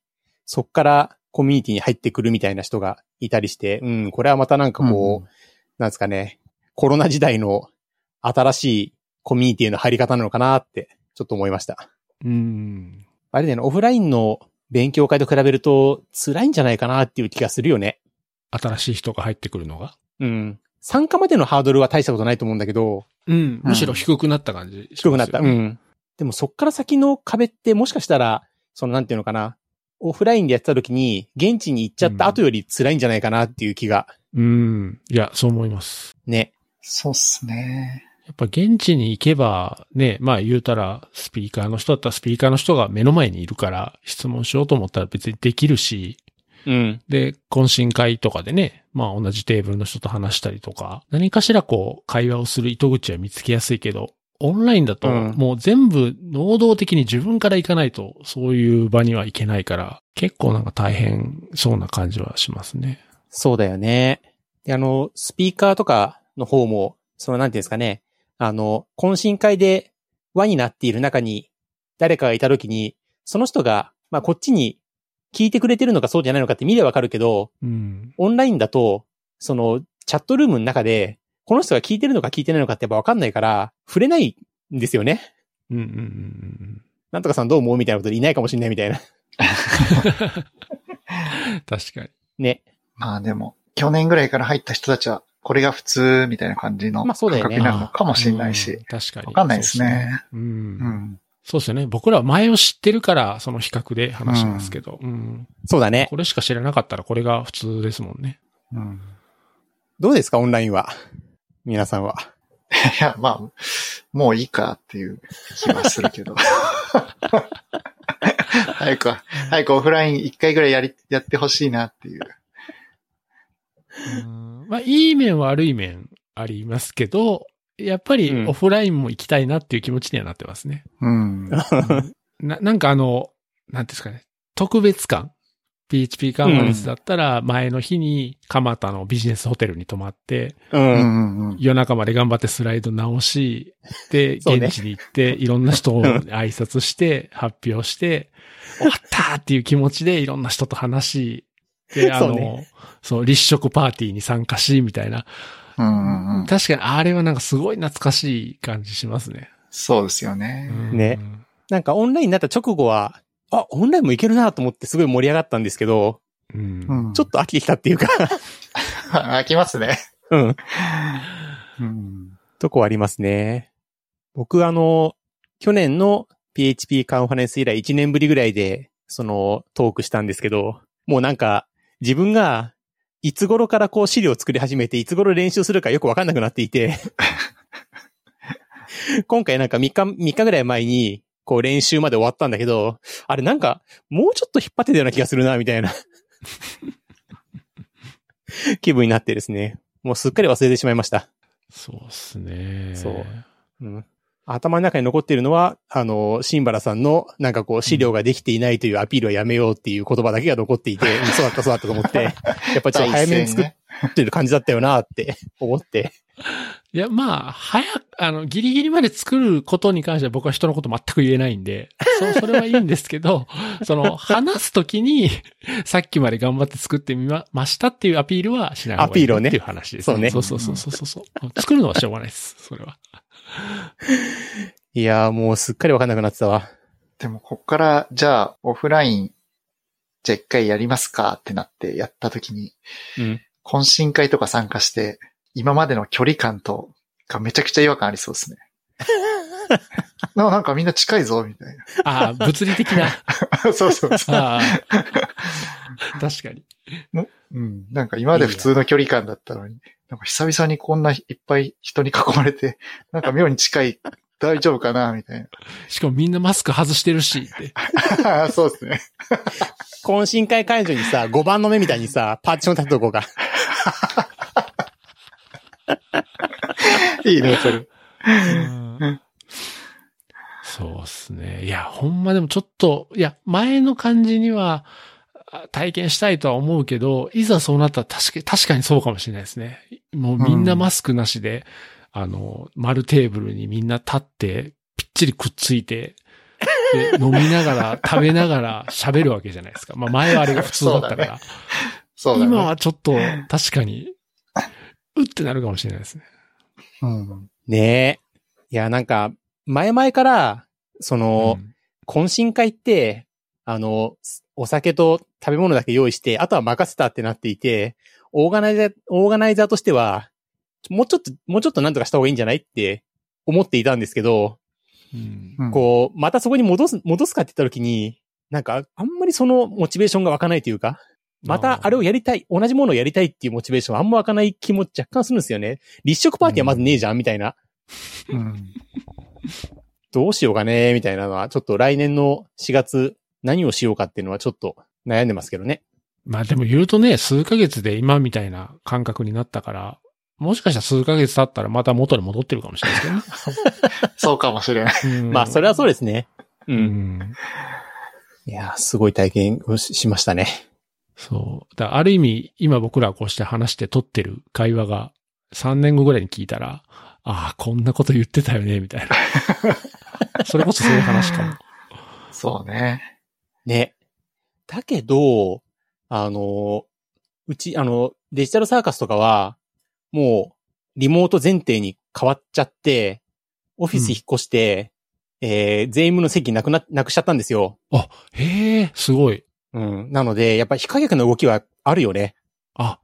そっからコミュニティに入ってくるみたいな人がいたりして、これはまたなんかこう、なんですかね、コロナ時代の新しいコミュニティの入り方なのかなって、ちょっと思いました。あれだよね、オフラインの勉強会と比べると辛いんじゃないかなっていう気がするよね。 新しい人が入ってくるのが。 参加までのハードルは大したことないと思うんだけど、 むしろ低くなった感じ、ね。 低くなった。でもそっから先の壁ってもしかしたら、なんていうのかな、オフラインでやってた時に、現地に行っちゃった後より辛いんじゃないかなっていう気が。 いや、そう思います。 ね。 そうっすね。 やっぱ現地に行けば、ね、まあ言うたら、スピーカーの人だったらスピーカーの人が目の前にいるから、質問しようと思ったら別にできるし、で、懇親会とかでね、まあ同じテーブルの人と話したりとか、何かしらこう、会話をする糸口は見つけやすいけど、オンラインだと、もう全部能動的に自分から行かないと、そういう場には行けないから、結構なんか大変そうな感じはしますね。 そうだよね。で、スピーカーとかの方も、なんていうんですかね、懇親会で輪になっている中に誰かがいたときに、その人が、まあこっちに聞いてくれてるのかそうじゃないのかって見ればわかるけど、オンラインだと、チャットルームの中で、この人が聞いてるのか聞いてないのかってやっぱわかんないから、触れないんですよね。なんとかさんどう思うみたいなことでいないかもしれないみたいな。 確かに。 ね。 まあでも、去年ぐらいから入った人たちは、これが普通みたいな感じの感覚になるのかもしれないし。 確かに。 わかんないですね。 そうですよね。僕らは前を知ってるから、その比較で話しますけど。 そうだね。 これしか知らなかったらこれが普通ですもんね。 どうですか、オンラインは。皆さんは。 いや、まあ、もういいかっていう気はするけど。早くオフライン一回ぐらいやってほしいなっていう。 まあ、いい面は悪い面ありますけど、やっぱりオフラインも行きたいなっていう気持ちにはなってますね。なんかなんですかね、特別感。PHP カンファレンスだったら、前の日に蒲田のビジネスホテルに泊まって、夜中まで頑張ってスライド直し、で、現地に行って、いろんな人を挨拶して、発表して、終わったーっていう気持ちでいろんな人と話し、で、立食パーティーに参加し、みたいな。確かに、あれはなんかすごい懐かしい感じしますね。 そうですよね。 ね。なんかオンラインになった直後は、オンラインもいけるなと思ってすごい盛り上がったんですけど、ちょっと飽きてきたっていうか飽きますね。 とこありますね。僕去年の PHP カンファレンス以来1年ぶりぐらいで、トークしたんですけど、もうなんか、自分が、いつ頃からこう資料を作り始めて、いつ頃練習するかよくわかんなくなっていて、今回なんか3日ぐらい前に、こう練習まで終わったんだけど、あれなんか、もうちょっと引っ張ってたような気がするな、みたいな気分になってですね。もうすっかり忘れてしまいました。 そうっすね。 そう。頭の中に残っているのは、シンバラさんの、なんかこう、資料ができていないというアピールはやめようっていう言葉だけが残っていて、そうだったと思って、やっぱちょっと早めに作ってる感じだったよなって思って。 いや、まあ、ギリギリまで作ることに関しては僕は人のこと全く言えないんで、それはいいんですけど、話すときに、さっきまで頑張って作ってみましたっていうアピールはしない方がいいアピールをねっていう話ですね。 そうねそう。作るのはしょうがないです。それは。 いやーもうすっかりわかんなくなってたわ。 でも、こっから、じゃあ、オフライン、じゃあ一回やりますかってなってやった時に、 うん。 懇親会とか参加して、今までの距離感がめちゃくちゃ違和感ありそうですね。なんかみんな近いぞ、みたいああ、物理的な。 な。そう。 ああ。確かに。 うん。なんか今まで普通の距離感だったのに、なんか久々にこんないっぱい人に囲まれて、なんか妙に近い、大丈夫かなみたいな。 しかもみんなマスク外してるしって。 そうですね。 懇親会会場にさ、5番の目みたいにさ、パーティション立てとこうか。 いいね、それ。 そうっすね。いや、ほんまでもちょっと、いや、前の感じには体験したいとは思うけど、いざそうなったら確かにそうかもしれないですね。もうみんなマスクなしで、丸テーブルにみんな立って、ぴっちりくっついて、で飲みながら、食べながら喋るわけじゃないですか。まあ前はあれが普通だったから。 そうだね。 今はちょっと確かに、うってなるかもしれないですね。 うん。 ねえ。いや、なんか、前々から、懇親会って、お酒と食べ物だけ用意して、あとは任せたってなっていて、オーガナイザーとしては、もうちょっとなんとかした方がいいんじゃないって思っていたんですけど、こう、またそこに戻すかって言った時に、なんか、あんまりそのモチベーションが湧かないというか、またあれをやりたい、同じものをやりたいっていうモチベーションはあんま湧かない気も若干するんですよね。立食パーティーはまずねえじゃん、みたいな。どうしようかね、みたいなのは、ちょっと来年の4月、何をしようかっていうのはちょっと悩んでますけどね。 まあでも言うとね、数ヶ月で今みたいな感覚になったから、もしかしたら数ヶ月経ったらまた元に戻ってるかもしれないですけどね。 そうかもしれない。 まあ、それはそうですね。いや、すごい体験をしましたね。 そう。ある意味、今僕らこうして話して撮ってる会話が3年後ぐらいに聞いたら、ああ、こんなこと言ってたよね、みたいな。それこそそういう話かも。 そうね。 ね。だけど、デジタルサーカスとかは、もう、リモート前提に変わっちゃって、オフィス引っ越して、全員の席なくしちゃったんですよ。 あ、へえ、すごい。 なので、やっぱり非可逆な動きはあるよね。 あ、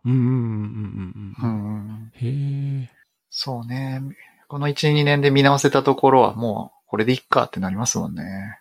へえ。 そうね。この1、2年で見直せたところはもう、これでいっかってなりますもんね。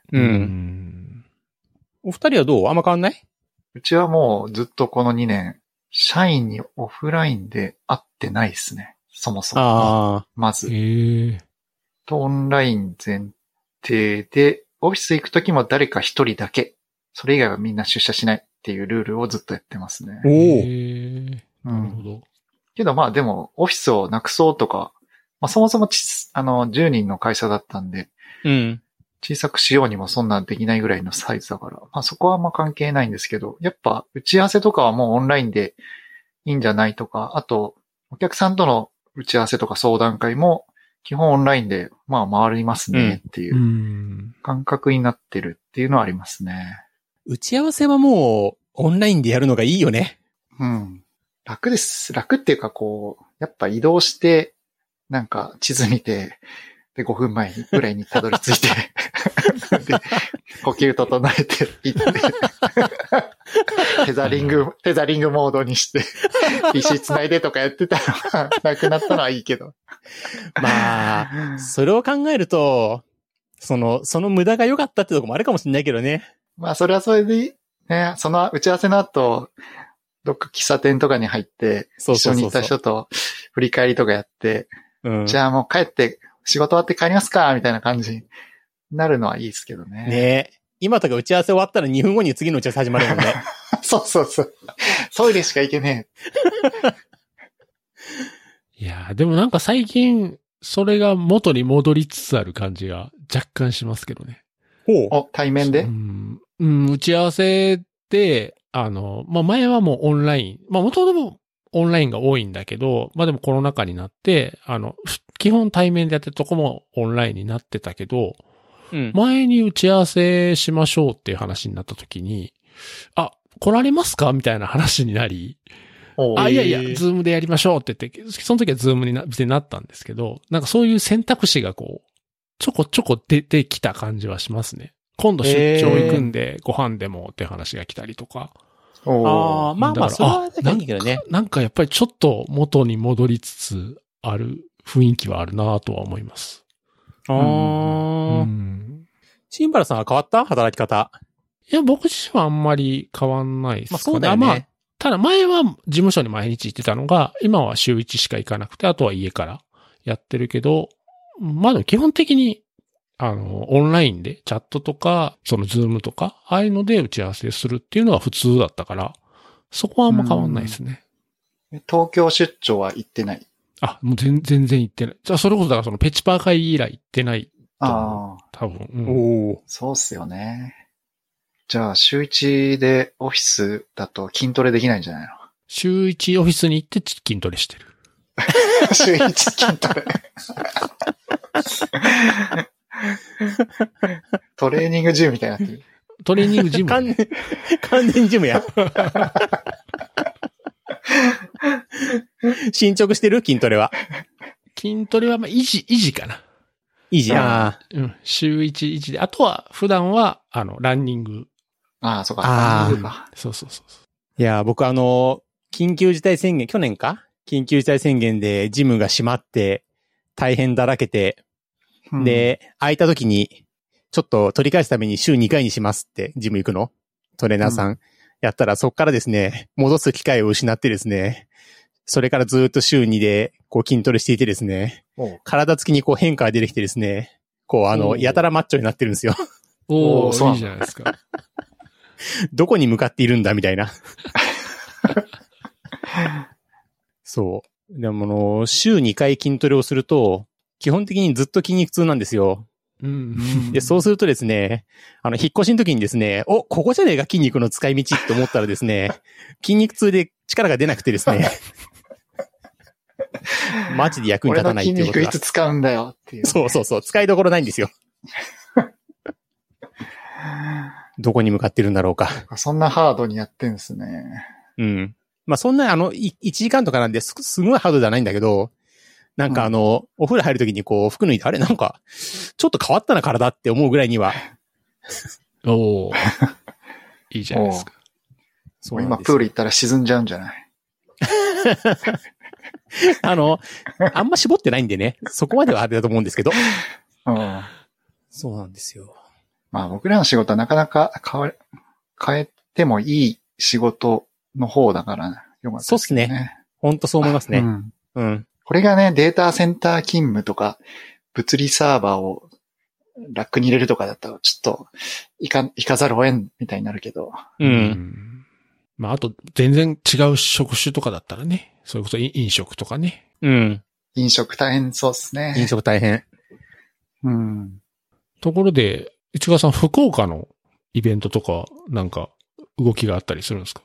お二人はどう？あんま変わんない？ うちはもうずっとこの2年、社員にオフラインで会ってないですね。そもそも。まず。オンライン前提で、オフィス行くときも誰か一人だけ。それ以外はみんな出社しないっていうルールをずっとやってますね。 なるほど。 けどまあでも、オフィスをなくそうとか、まあそもそも10人の会社だったんで、小さくしようにもそんなできないぐらいのサイズだから、まあそこはあんま関係ないんですけど、やっぱ打ち合わせとかはもうオンラインでいいんじゃないとか、あと、お客さんとの打ち合わせとか相談会も基本オンラインでまあ回りますねっていう感覚になってるっていうのはありますね。 打ち合わせはもうオンラインでやるのがいいよね。 楽です。楽っていうかこう、やっぱ移動して、なんか地図見て、で5分前ぐらいにたどり着いて、で呼吸整えて行って、テザリングモードにして、PC つないでとかやってたのがなくなったのはいいけど。 まあ、それを考えると、その無駄が良かったってとこもあるかもしれないけどね。 まあ、それはそれで、ね、その打ち合わせの後、どっか喫茶店とかに入って、一緒に行った人と振り返りとかやって、じゃあもう帰って、仕事終わって帰りますかみたいな感じになるのはいいですけどね。 ねえ。今とか打ち合わせ終わったら2分後に次の打ち合わせ始まるもんね。 そう。トイレしか行けねえ。いやー、でもなんか最近、それが元に戻りつつある感じが若干しますけどね。 対面で？ 打ち合わせで、まあ、前はもうオンライン。まあ、元々 オンラインが多いんだけど、まあでもコロナ禍になって、基本対面でやってるとこもオンラインになってたけど、 うん。 前に打ち合わせしましょうっていう話になった時に、あ、来られますかみたいな話になり、いやいや、ズームでやりましょうって言って、その時はズームに別になったんですけど、なんかそういう選択肢がこう、ちょこちょこ出てきた感じはしますね。今度出張行くんで、ご飯でもって話が来たりとか。 ああ、まあまあ、それはだけどね。 なんかやっぱりちょっと元に戻りつつある雰囲気はあるなとは思います。 シンバルさんは変わった働き方。 いや、僕自身はあんまり変わんないですかね。 まあそうだよね。 まあ、ただ前は事務所に毎日行ってたのが、今は週1しか行かなくて、あとは家からやってるけど、まあでも基本的に、オンラインでチャットとか、そのズームとか、ああいうので打ち合わせするっていうのが普通だったから、そこはあんま変わんないですね。 東京出張は行ってない？ あ、もう全然行ってない。じゃあそれこそだからそのペチパー会以来行ってない。多分。 そうっすよね。じゃあ週1でオフィスだと筋トレできないんじゃないの？ 週1オフィスに行って筋トレしてる。 週1筋トレ。トレーニングジムみたいになってる。 トレーニングジム、 完全ジムや。進捗してる？筋トレは。 筋トレはまあ維持かな。 維持。 週1維持で。あとは普段は、ランニング。 そうか。ランニングか。 そう。 いや、僕緊急事態宣言、去年か？緊急事態宣言でジムが閉まって、大変だらけて、で、空いた時に、ちょっと取り返すために週2回にしますって、ジム行くのトレーナーさん。やったらそっからですね、戻す機会を失ってですね、それからずっと週2でこう筋トレしていてですね、体つきにこう変化が出てきてですね、こうやたらマッチョになってるんですよ。 そういいじゃないですか。 どこに向かっているんだみたいな。そう。でも週2回筋トレをすると、基本的にずっと筋肉痛なんですよ。で、そうするとですね、引っ越しの時にですね、ここじゃねえか筋肉の使い道って思ったらですね、筋肉痛で力が出なくてですね、マジで役に立たないっていうことが。 俺の筋肉いつ使うんだよっていう、 ね。そう。使いどころないんですよ。どこに向かってるんだろうか。 そんなハードにやってんですね。 うん。まあ、そんな1時間とかなんですごいハードじゃないんだけど、なんかお風呂入るときにこう服脱いで、あれなんか、ちょっと変わったな体って思うぐらいには。 いいじゃないですか。 そう今プール行ったら沈んじゃうんじゃない？ あんま絞ってないんでね、そこまではあれだと思うんですけど。そうなんですよ。 まあ僕らの仕事はなかなか変えてもいい仕事の方だから、ね、よかったですね。 そうっすね。ほんとそう思いますね。 これがね、データセンター勤務とか、物理サーバーをラックに入れるとかだったら、ちょっと、行かざるを得んみたいになるけど。 まあ、あと、全然違う職種とかだったらね。それこそ飲食とかね。 飲食大変そうですね。 飲食大変。 ところで、市川さん、福岡のイベントとか、なんか、動きがあったりするんですか？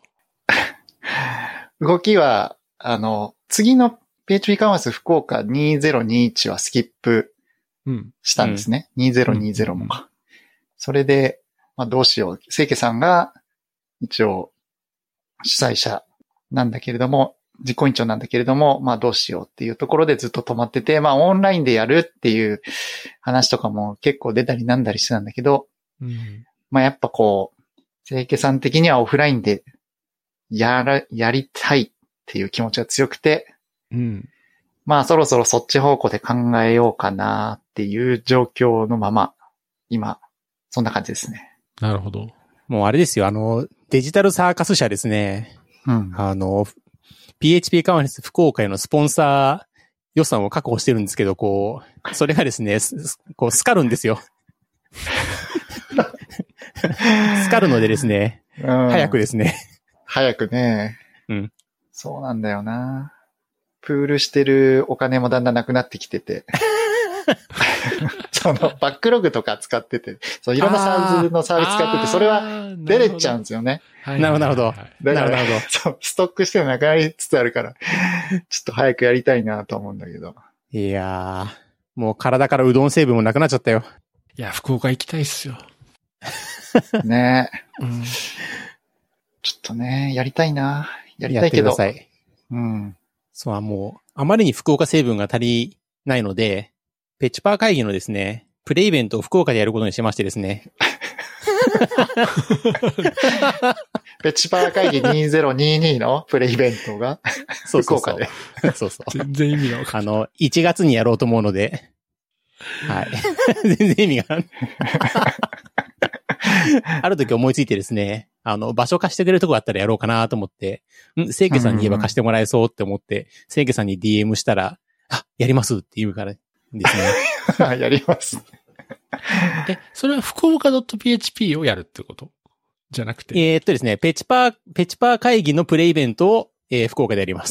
動きは、次のPHP カンファレンス福岡2021はスキップしたんですね。2020もか。それで、まあどうしよう。清家さんが一応主催者なんだけれども、実行委員長なんだけれども、まあどうしようっていうところでずっと止まってて、まあオンラインでやるっていう話とかも結構出たりなんだりしてたんだけど、まあやっぱこう、清家さん的にはオフラインでやりたいっていう気持ちが強くて、まあそろそろそっち方向で考えようかなっていう状況のまま、今、そんな感じですね。 なるほど。 もうあれですよ、デジタルサーカス社ですね。PHP カンファレンス福岡へのスポンサー予算を確保してるんですけど、こう、それがですね、こう、スカるんですよ。スカるのでですね、早くですね。 早くね。そうなんだよな。プールしてるお金もだんだんなくなってきてて。 そのバックログとか使ってて、そういろんなサーズのサービス使ってて、それは出れちゃうんですよね。 なるほど、なるほど。なるほど。 そう、ストックしてなくなりつつあるから、ちょっと早くやりたいなと思うんだけど。 いやー、もう体からうどん成分もなくなっちゃったよ。 いや、福岡行きたいっすよ。 ねえ。 うん。 ちょっとね、やりたいな。やりたいけど。 やってください。 うん。 そう、もう、あまりに福岡成分が足りないので、ペチパー会議のですね、プレイベントを福岡でやることにしましてですね。 ペチパー会議2022のプレイベントがそうそうそう福岡で。 そうそう。 全然意味がわかんない。 1月にやろうと思うので、はい。全然意味がない。ある時思いついてですね、場所貸してくれるとこあったらやろうかなと思って、清家さんに言えば貸してもらえそうって思って、清家さんに DM したら、あ、やりますって言うからですね。 やります。 それは福岡 .php をやるってことじゃなくて。 ですね、ペチパー会議のプレイベントを、福岡でやります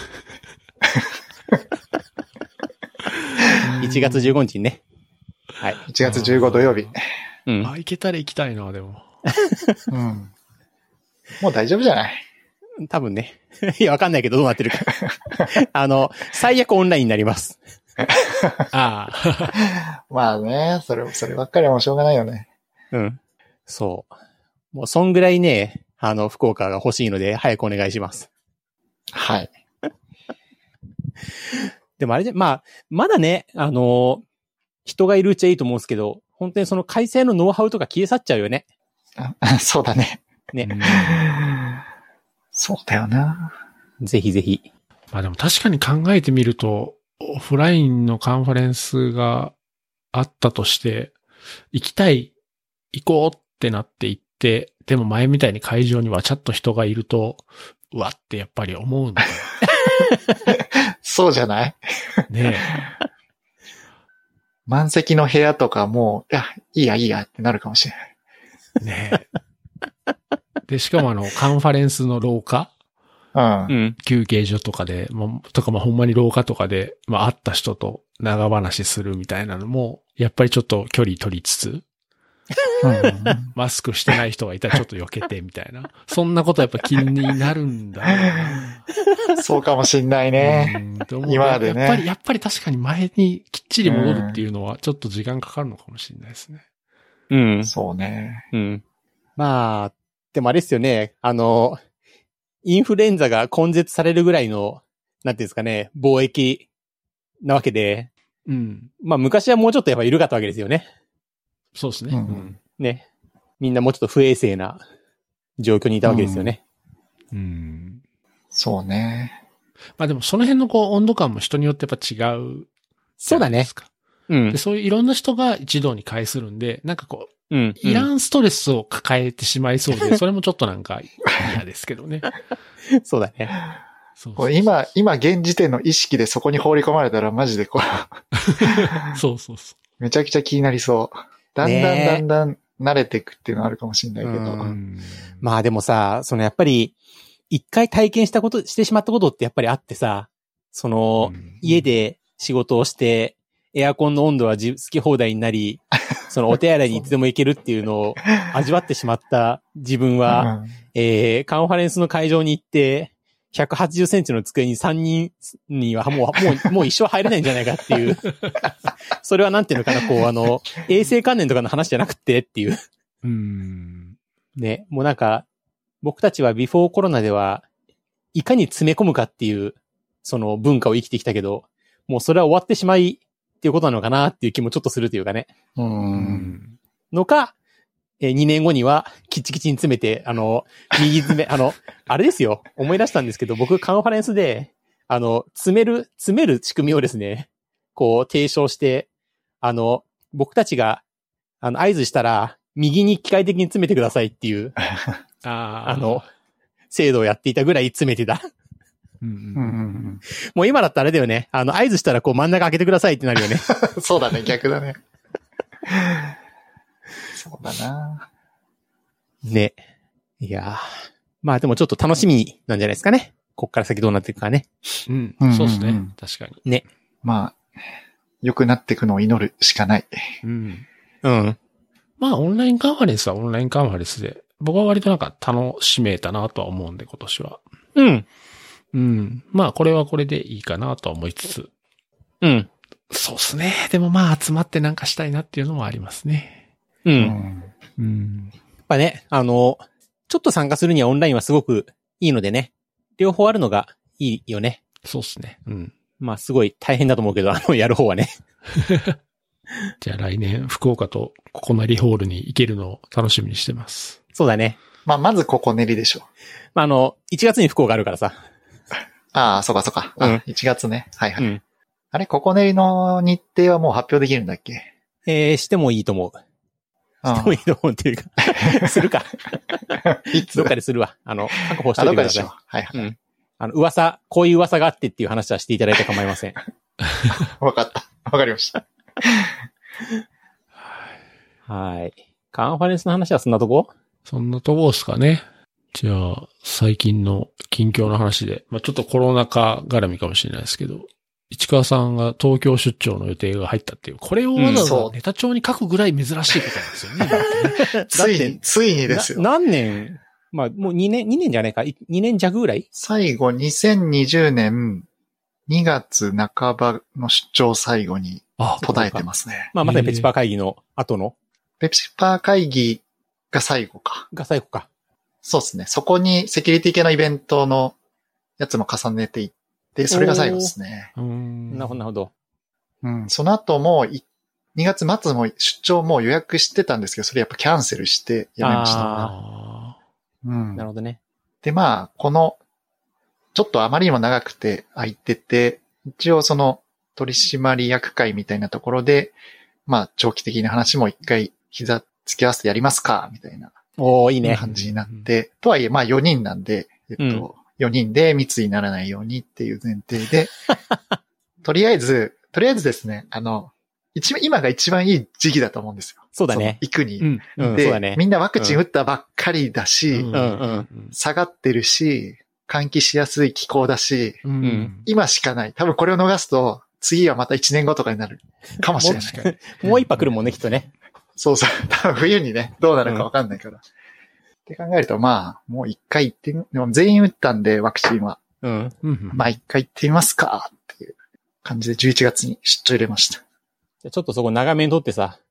。1月15日にね。はい。 1月15土曜日。 うん。 あ、行けたら行きたいな、でも。 うん。もう大丈夫じゃない？ 多分ね。いや、わかんないけどどうなってるか。最悪オンラインになります。 ああ。 まあね、そればっかりはもうしょうがないよね。 うん。そう。もうそんぐらいね、福岡が欲しいので、早くお願いします。 はい。 でもあれで、まあ、まだね、人がいるうちはいいと思うんですけど、本当にその改正のノウハウとか消え去っちゃうよね。 そうだね。 ね。 そうだよな。 ぜひぜひ。 まあでも確かに考えてみると、オフラインのカンファレンスがあったとして、行こうってなって行って、でも前みたいに会場にはちゃっと人がいると、うわってやっぱり思うんだよ。 そうじゃないねえ。 満席の部屋とかもう、いいやってなるかもしれない。 ねえ。で、しかもカンファレンスの廊下、 うん。 休憩所とかで、ほんまに廊下とかで、会った人と長話するみたいなのも、やっぱりちょっと距離取りつつ、マスクしてない人がいたらちょっと避けてみたいな。そんなことやっぱ気になるんだな。 そうかもしんないね。今までね。 やっぱり確かに前にきっちり戻るっていうのはちょっと時間かかるのかもしれないですね。 うん。 そうね。 うん。まあ、でもあれですよね。インフルエンザが根絶されるぐらいの、なんていうんですかね、貿易なわけで。 うん。 まあ昔はもうちょっとやっぱ緩かったわけですよね。 そうですね。 ね。みんなもうちょっと不衛生な状況にいたわけですよね。 そうね。 まあでもその辺の温度感も人によってやっぱ違う。 そうだね。 で、そういういろんな人が一堂に会するんで、なんかいらんストレスを抱えてしまいそうで、それもちょっとなんか嫌ですけどね。 そうだね。 そう今現時点の意識でそこに放り込まれたらマジでそう。 めちゃくちゃ気になりそう。だんだん慣れていくっていうのはあるかもしれないけど。 まあでもさ、やっぱり、一回体験してしまったことってやっぱりあってさ、家で仕事をして、エアコンの温度は好き放題になり、お手洗いにいつでも行けるっていうのを味わってしまった自分は、カンファレンスの会場に行って、180センチの机に3人にはもう一生入れないんじゃないかっていう。それはなんていうのかな、衛生観念とかの話じゃなくてっていう。ね、もうなんか、僕たちはビフォーコロナでは、いかに詰め込むかっていう、文化を生きてきたけど、もうそれは終わってしまいっていうことなのかなっていう気もちょっとするというかね。のか、2年後には、キチキチに詰めて、右詰め、あれですよ、思い出したんですけど、僕、カンファレンスで、詰める仕組みをですね、提唱して、僕たちが、合図したら、右に機械的に詰めてくださいっていう、制度をやっていたぐらい詰めてた。もう今だったらあれだよね、合図したら真ん中開けてくださいってなるよね。 そうだね、逆だね。そうだな。 ね。いやー。まあでもちょっと楽しみなんじゃないですかね。こっから先どうなっていくかね。 そうですね。確かに。 ね。まあ、 良くなっていくのを祈るしかない。 うん。 うん。 まあ、オンラインカンファレンスはオンラインカンファレンスで、僕は割となんか楽しめたなとは思うんで、今年は。 うん。 うん。まあ、これはこれでいいかなとは思いつつ。 うん。 そうっすね。でもまあ、集まってなんかしたいなっていうのもありますね。 う。 うんん。 うん。 やっぱね、ちょっと参加するにはオンラインはすごくいいのでね。両方あるのがいいよね。 そうっすね。うん。 まあすごい大変だと思うけど、やる方はね。 じゃあ来年、福岡とココナリホールに行けるのを楽しみにしてます。 そうだね。 まあ、まずここ練りでしょ。 まあ1月に福岡あるからさ。 ああ、そうかそうか。 うんあ、1月ね。はいはい。 うん。 あれ、ここ練りの日程はもう発表できるんだっけ？ してもいいと思う。してもいいと思うっていうか、するか。 いつどっかでするわ。確保しあ、 といてください。 どっかでしょ。はいはい。 うん。こういう噂があってっていう話はしていただいて構いません。 わかった。わかりました。 はい。カンファレンスの話はそんなとこ？ そんなとこですかね。じゃあ、最近の近況の話で、まあちょっとコロナ禍絡みかもしれないですけど、市川さんが東京出張の予定が入ったっていう、これをわざわざネタ帳に書くぐらい珍しいことなんですよね。今ってねついにですよ。 何年まあ、もう2年じゃないか。2年弱ぐらい？ 最後、2020年2月半ばの出張最後に途絶えてますね。 まあ、まさにペチパー会議の後の。 ペチパー会議が最後か。 が最後か。 そうですね。そこにセキュリティ系のイベントのやつも重ねていって、それが最後ですね。 なるほど、なるほど。 うん。その後も、2月末も出張もう予約してたんですけど、それやっぱキャンセルしてやめました。 あうん。 なるほどね。 で、まあ、ちょっとあまりにも長くて空いてて、一応その取締役会みたいなところで、まあ、長期的な話も一回膝つき合わせてやりますか、みたいな。 おー、いいね。 感じになって、とはいえ、まあ4人なんで、4人で密にならないようにっていう前提で、とりあえずですね、今が一番いい時期だと思うんですよ。 そうだね。 行くに。 うん、そうで、 だね。 みんなワクチン打ったばっかりだし、下がってるし、換気しやすい気候だし、今しかない。多分これを逃すと、次はまた1年後とかになるかもしれない。 もう一波来るもんね、きっとね。 そうそう。多分冬にね、どうなるかわかんないから。って考えると、まあ、もう一回行ってでも全員打ったんで、ワクチンは。まあ一回行ってみますかっていう感じで11月に出張入れました。 ちょっとそこ長めにとってさ、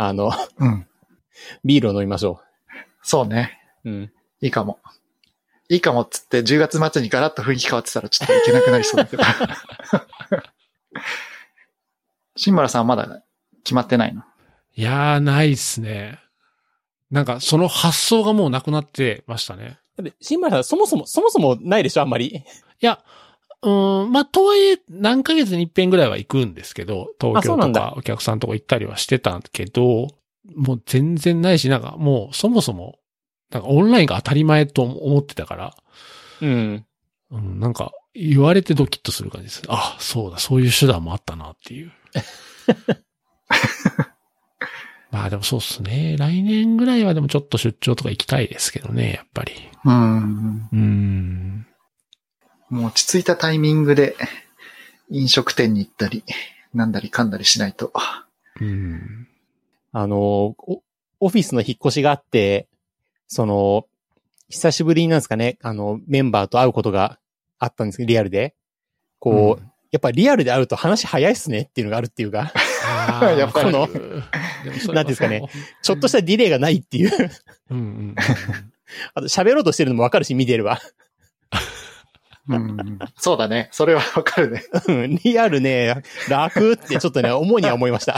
ビールを飲みましょう。そうね。いいかも。いいかもっつって10月末にガラッと雰囲気変わってたらちょっといけなくなりそうだけど。新原さんはまだ決まってないの？ いやー、ないっすね。なんか、その発想がもうなくなってましたね。 だって、新原さん、そもそもないでしょ、あんまり。 いや、まあ、とはいえ、何ヶ月に一遍ぐらいは行くんですけど、東京とかお客さんとか行ったりはしてたけど、もう全然ないし、なんかもう、そもそも、なんかオンラインが当たり前と思ってたから、なんか、言われてドキッとする感じです。あ、そうだ、そういう手段もあったなっていう。まあでもそうっすね。来年ぐらいはでもちょっと出張とか行きたいですけどね、やっぱり。もう落ち着いたタイミングで飲食店に行ったり、なんだりかんだりしないと。 オフィスの引っ越しがあって、久しぶりになんですかね、メンバーと会うことがあったんですけど、リアルで。やっぱリアルで会うと話早いっすねっていうのがあるっていうか。やっぱりなんていうんですかね。ちょっとしたディレイがないっていう。あと喋ろうとしてるのもわかるし、見てれば。 そうだね。それはわかるね。 リアルね、楽ってちょっとね、思うには思いました。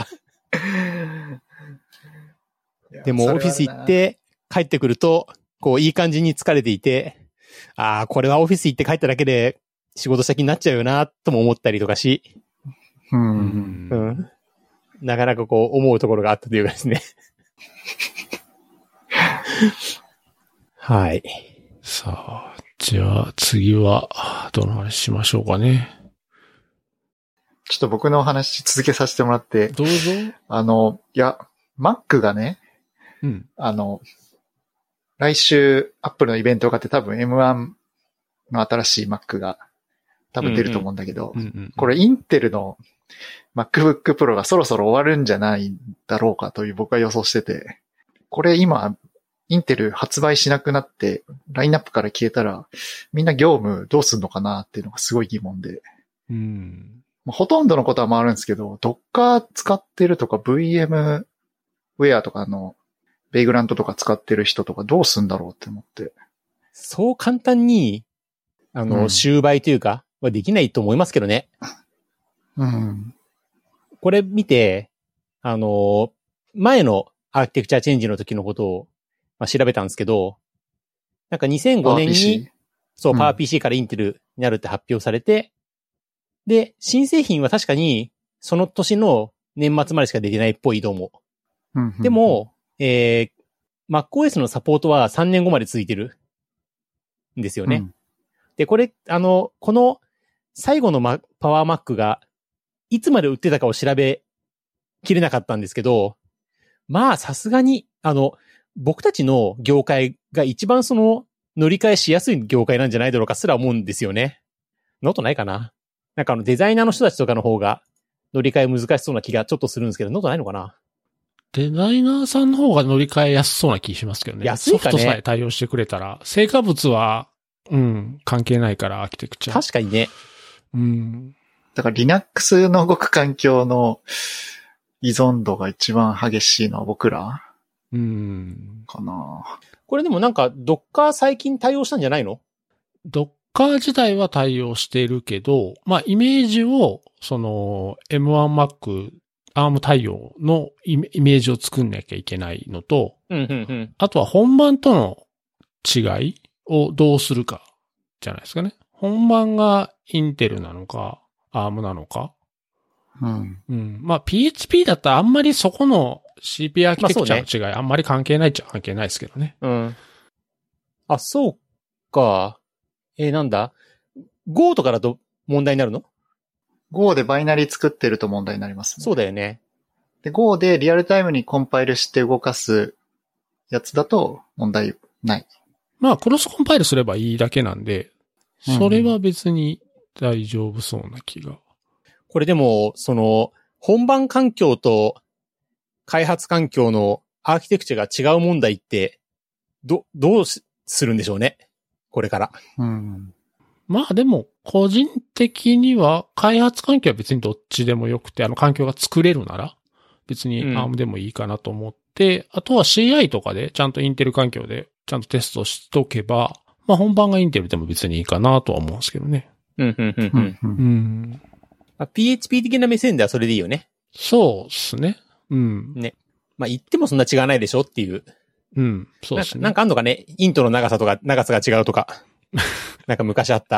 でもオフィス行って帰ってくると、いい感じに疲れていて、これはオフィス行って帰っただけで仕事先になっちゃうよな、とも思ったりとかし。なかなか思うところがあったというかですね。はい。 さあ、じゃあ次はどの話しましょうかね。 ちょっと僕のお話続けさせてもらって。 どうぞ。 いや、Mac がね、来週 Apple のイベントがあって多分 M1 の新しい Mac が多分出ると思うんだけど、これインテルの MacBook Pro がそろそろ終わるんじゃないだろうかという僕は予想してて、これ今、インテル発売しなくなって、ラインナップから消えたら、みんな業務どうすんのかなっていうのがすごい疑問で。ほとんどのことは回るんですけど、Docker 使ってるとか VMware とかベイグラントとか使ってる人とかどうすんだろうって思って。 そう簡単に、終売というか、はできないと思いますけどね。 うん。 これ見て、前のアーキテクチャチェンジの時のことを、調べたんですけど、なんか2005年に、そう、パワー PC からインテルになるって発表されて、で、新製品は確かに、その年の年末までしか出てないっぽいどうも。でも、MacOS のサポートは3年後まで続いてるんですよね。で、これ、この最後のパワー Mac がいつまで売ってたかを調べきれなかったんですけど、さすがに、僕たちの業界が一番乗り換えしやすい業界なんじゃないだろうかすら思うんですよね。そんなことないかな。なんかデザイナーの人たちとかの方が乗り換え難しそうな気がちょっとするんですけど、そんなことないのかな。 デザイナーさんの方が乗り換えやすそうな気しますけどね。 安いかね。 ソフトさえ対応してくれたら、成果物は、関係ないから、アーキテクチャ。 確かにね。 だから Linux の動く環境の依存度が一番激しいのは僕らかな。 これでもなんか Docker 最近対応したんじゃないの？ Docker 自体は対応しているけど、イメージを、M1Mac、ARM 対応のイメージを作んなきゃいけないのと、あとは本番との違いをどうするかじゃないですかね。本番がインテルなのか、ARM なのか。PHP だったらあんまりそこの CPU アーキテクチャの違い、あんまり関係ないっちゃ関係ないですけどね。 あ、そうか。なんだ ?Go とかだと問題になるの？ Go でバイナリー作ってると問題になりますね。 そうだよね。 で、Go でリアルタイムにコンパイルして動かすやつだと問題ない。 クロスコンパイルすればいいだけなんで、それは別に大丈夫そうな気が。 これでも、本番環境と開発環境のアーキテクチャが違う問題って、どうするんでしょうね。これから。 でも、個人的には、開発環境は別にどっちでもよくて、環境が作れるなら、別に ARM でもいいかなと思って、あとは CI とかで、ちゃんとインテル環境で、ちゃんとテストしとけば、本番がインテルでも別にいいかなとは思うんですけどね。 PHP 的な目線ではそれでいいよね。 そうですね。 ね。言ってもそんな違わないでしょっていう。 そうですね。 なんかあんのかね、イントの長さが違うとか。なんか昔あった。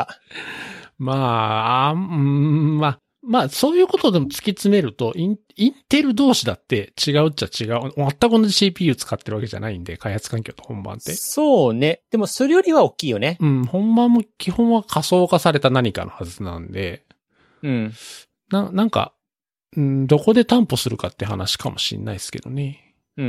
そういうことでも突き詰めると、インテル同士だって違うっちゃ違う。全く同じ CPU 使ってるわけじゃないんで、開発環境と本番って。 そうね。でもそれよりは大きいよね。 本番も基本は仮想化された何かのはずなんで。なんか、どこで担保するかって話かもしんないですけどね。た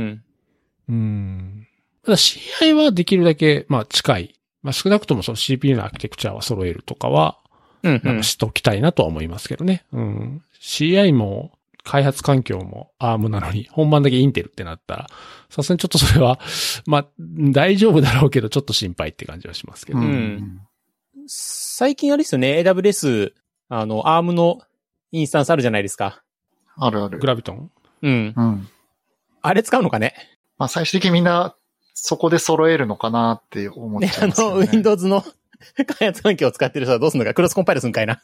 だ CI はできるだけ、近い。少なくともその CPU のアーキテクチャは揃えるとかは、なんかしておきたいなとは思いますけどね。CI も開発環境も ARM なのに本番だけインテルってなったら、さすがにちょっとそれは、大丈夫だろうけどちょっと心配って感じはしますけど。 最近あれですよね、AWS、ARM のインスタンスあるじゃないですか。 あるある。 グラビトン？ あれ使うのかね？ 最終的にみんなそこで揃えるのかなって思っちゃうんですよね。 Windows の開発環境を使ってる人はどうすんのか、クロスコンパイルすんかいな。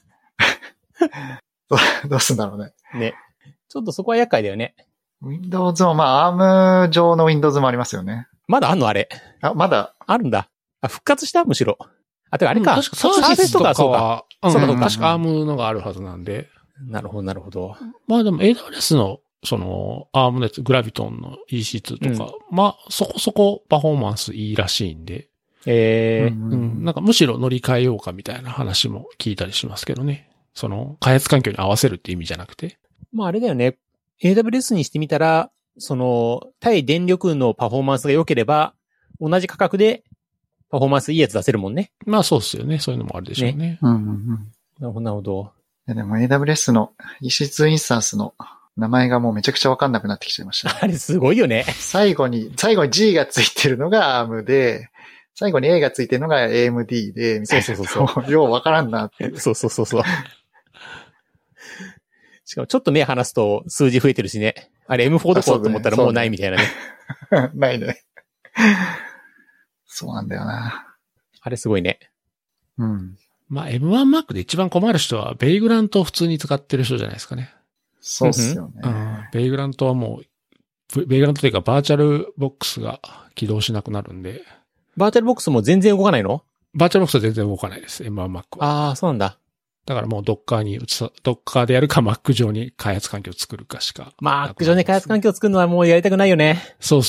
どうすんだろうね。 ね。ちょっとそこは厄介だよね。 Windows もARM 上の Windows もありますよね。 まだあんのあれ。 まだ。 あるんだ。復活したむしろ。てかあれか。 確かサービスとかそうか。確か ARM のがあるはずなんで。 なるほど。 でも AWS のARM のやつ、グラビトンの EC2 とか、そこそこパフォーマンスいいらしいんで。なんかむしろ乗り換えようかみたいな話も聞いたりしますけどね。開発環境に合わせるって意味じゃなくて。 あれだよね。AWS にしてみたら、対電力のパフォーマンスが良ければ、同じ価格でパフォーマンスいいやつ出せるもんね。 そうですよね。そういうのもあるでしょうね。 なるほど。 やでも AWS の EC2 インスタンスの名前がもうめちゃくちゃわかんなくなってきちゃいました、ね。 あれすごいよね。 最後に G がついてるのが ARM で、最後に A がついてるのが AMD で、みたいな。 そうようわからんなって。 そう。しかもちょっと目離すと数字増えてるしね。あれ M4 どこと思ったらもうないみたいなね。 ないね。そうなんだよな。 あれすごいね。 うん。 まあ M1Mac で一番困る人はベイグラントを普通に使ってる人じゃないですかね。 そうっすよね。 ベイグラントはもう、ベイグラントというかバーチャルボックスが起動しなくなるんで。 バーチャルボックスも全然動かないの？ バーチャルボックスは全然動かないです。M1Mac は。 ああ、そうなんだ。 だからもうドッカーでやるか Mac 上に開発環境を作るかしか。 Mac 上に開発環境を作るのはもうやりたくないよね。 そう。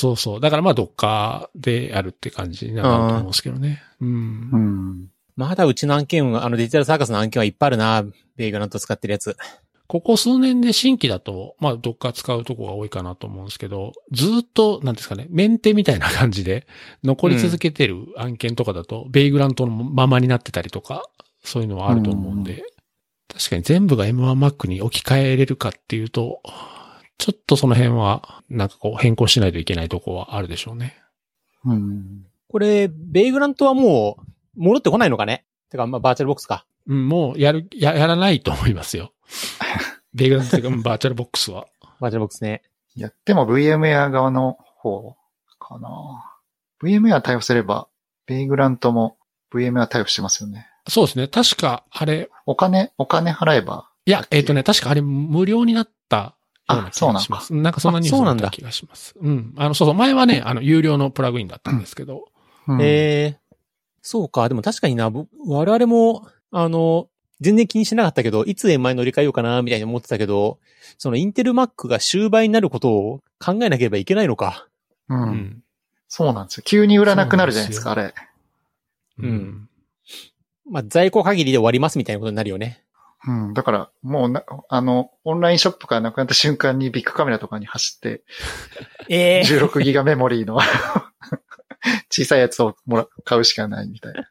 だからまあドッカーでやるって感じになると思うんですけどね。 まだうちの案件は、デジタルサーカスの案件はいっぱいあるな。ベイグラント使ってるやつ。 ここ数年で新規だと、まあドッカー使うとこが多いかなと思うんですけど、ずっと、なんですかね、メンテみたいな感じで残り続けてる案件とかだと、ベイグラントのままになってたりとか、そういうのはあると思うんで、確かに全部が M1Mac に置き換えれるかっていうと、ちょっとその辺は、なんかこう変更しないといけないとこはあるでしょうね。 これ、ベイグラントはもう、戻ってこないのかね？てか、まあ、バーチャルボックスか。 もうやらないと思いますよ。ベイグラントというか、バーチャルボックスは。 バーチャルボックスね。 やっても VMware 側の方かな。VMware 対応すれば、ベイグラントも VMware 対応してますよね。 そうですね。確か、あれ。 お金払えば。 いや、確かあれ無料になったような気がします。なんかそんなニュースだった気がします。そう。前はね、有料のプラグインだったんですけど。 そうか。でも確かにな、我々も、全然気にしなかったけど、いつ M1 に乗り換えようかな、みたいに思ってたけど、そのインテル Mac が終売になることを考えなければいけないのか。 そうなんですよ。急に売らなくなるじゃないですか、あれ。 まあ、在庫限りで終わりますみたいなことになるよね。 だから、もうオンラインショップがなくなった瞬間にビッグカメラとかに走って、16ギガメモリーの小さいやつを買うしかないみたいな。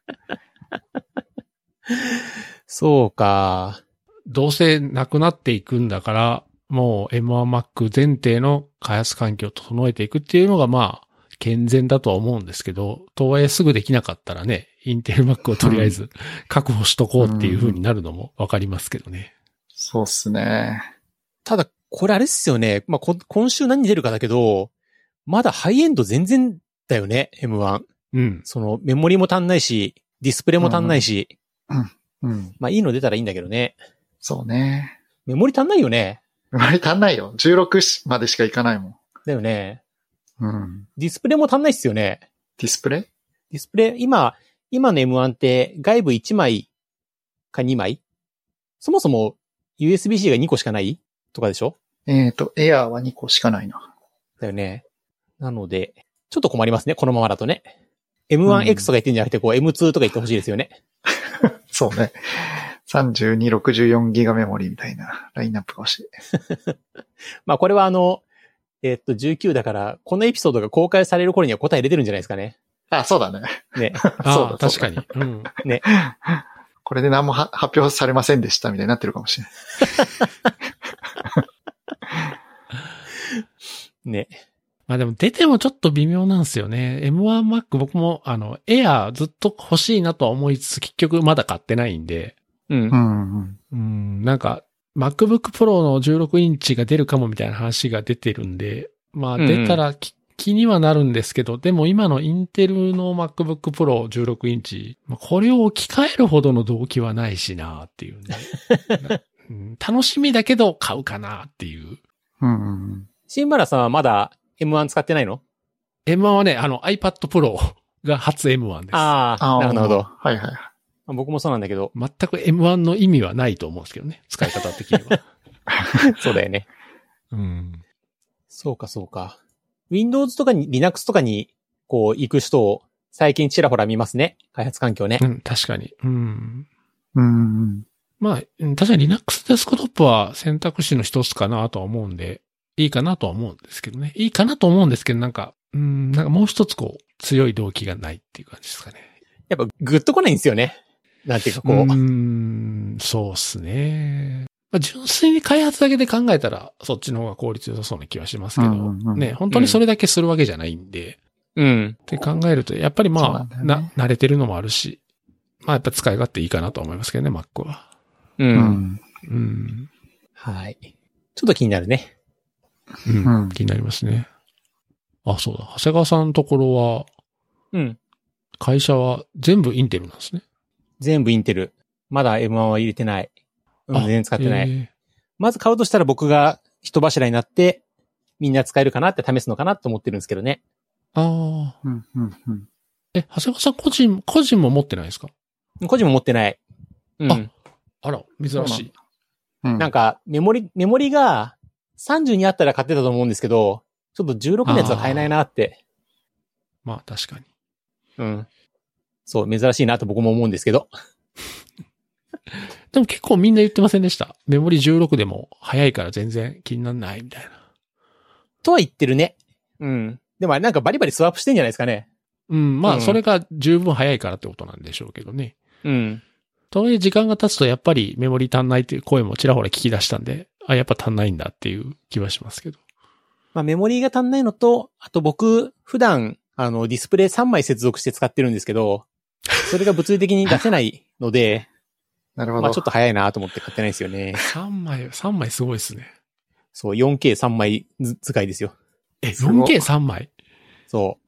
そうか。 どうせなくなっていくんだから、もう M1Mac 前提の開発環境を整えていくっていうのがまあ、健全だとは思うんですけど、とはいえすぐできなかったらね、インテル Mac をとりあえず確保しとこうっていう風になるのもわかりますけどね。 そうっすね。 ただ、これあれっすよね。まあ、今週何出るかだけど、まだハイエンド全然だよね、M1。そのメモリも足んないし、ディスプレイも足んないし。まあ、いいの出たらいいんだけどね。 そうね。 メモリ足んないよね。 メモリ足んないよ。16までしかいかないもん。 だよね。ディスプレイも足んないっすよね。 ディスプレイ今の M1 って外部1枚か2枚？そもそも USB-C が2個しかないとかでしょ？ エアーは2個しかないな。 だよね。なので、ちょっと困りますね、このままだとね。M1X とか言ってんじゃなくて、こう M2 とか言ってほしいですよね。 そうね。32、64ギガメモリーみたいなラインナップが欲しい。 まあこれは19だから、このエピソードが公開される頃には答え出てるんじゃないですかね。 あ、そうだね。 ね。 そうだ、確かに。 ね。 これで何も発表されませんでしたみたいになってるかもしれない。ね。 まあでも出てもちょっと微妙なんですよね。M1Mac 僕もAir ずっと欲しいなとは思いつつ結局まだ買ってないんで。なんか MacBook Pro の16インチが出るかもみたいな話が出てるんで、まあ出たら気にはなるんですけど、でも今のインテルの MacBook Pro 16インチ、これを置き換えるほどの動機はないしなっていうね。楽しみだけど買うかなっていう。 新原さんはまだM1 使ってないの？ M1 はね、iPad Pro が初 M1 です。 ああ、なるほど。 はいはい。 僕もそうなんだけど。 全く M1 の意味はないと思うんですけどね。使い方的には。 そうだよね。そうかそうか。Windows とかに Linux とかにこう行く人を最近ちらほら見ますね。開発環境ね。 確かに。まあ、確かに Linux デスクトップは選択肢の一つかなとは思うんで、いいかなとは思うんですけどね。いいかなと思うんですけど、なんかもう一つこう、強い動機がないっていう感じですかね。 やっぱグッと来ないんですよね。なんていうかこう。 そうっすね。まあ、純粋に開発だけで考えたら、そっちの方が効率良さそうな気はしますけど、ね、本当にそれだけするわけじゃないんで、って考えると、やっぱりまあ、慣れてるのもあるし、まあやっぱ使い勝手いいかなと思いますけどね、Mac は。 はい。ちょっと気になるね。 気になりますね。あ、そうだ。長谷川さんのところは、会社は全部インテルなんですね。 全部インテル。まだ M1 は入れてない。全然使ってない。まず買うとしたら僕が人柱になって、みんな使えるかなって試すのかなと思ってるんですけどね。 長谷川さん個人も持ってないですか？ 個人も持ってない。 あら、珍しい。 なんか、メモリが30にあったら買ってたと思うんですけど、ちょっと16のやつは買えないなって。 まあ、確かに。 そう、珍しいなと僕も思うんですけど。 でも結構みんな言ってませんでした。メモリ16でも早いから全然気にならないみたいな。 とは言ってるね。でもなんかバリバリスワップしてんじゃないですかね。 まあ、それが十分早いからってことなんでしょうけどね。とはいえ時間が経つとやっぱりメモリ足んないっていう声もちらほら聞き出したんで、やっぱ足んないんだっていう気はしますけど。 まあメモリが足んないのと、あと僕、普段、ディスプレイ3枚接続して使ってるんですけど、それが物理的に出せないので、 なるほど。 まあちょっと早いなと思って買ってないですよね。 3枚すごいですね。 そう、4K3 枚使いですよ。 4K3 枚？ そう。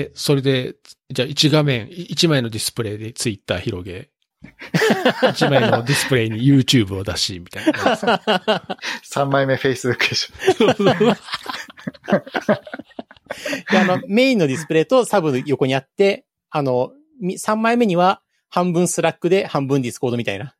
それで、じゃあ1枚のディスプレイでツイッター広げ、1枚のディスプレイに YouTube を出し、みたいな。 3枚目 Facebook でしょ。 で、メインのディスプレイとサブの横にあって、3枚目には半分スラックで半分ディスコードみたいな。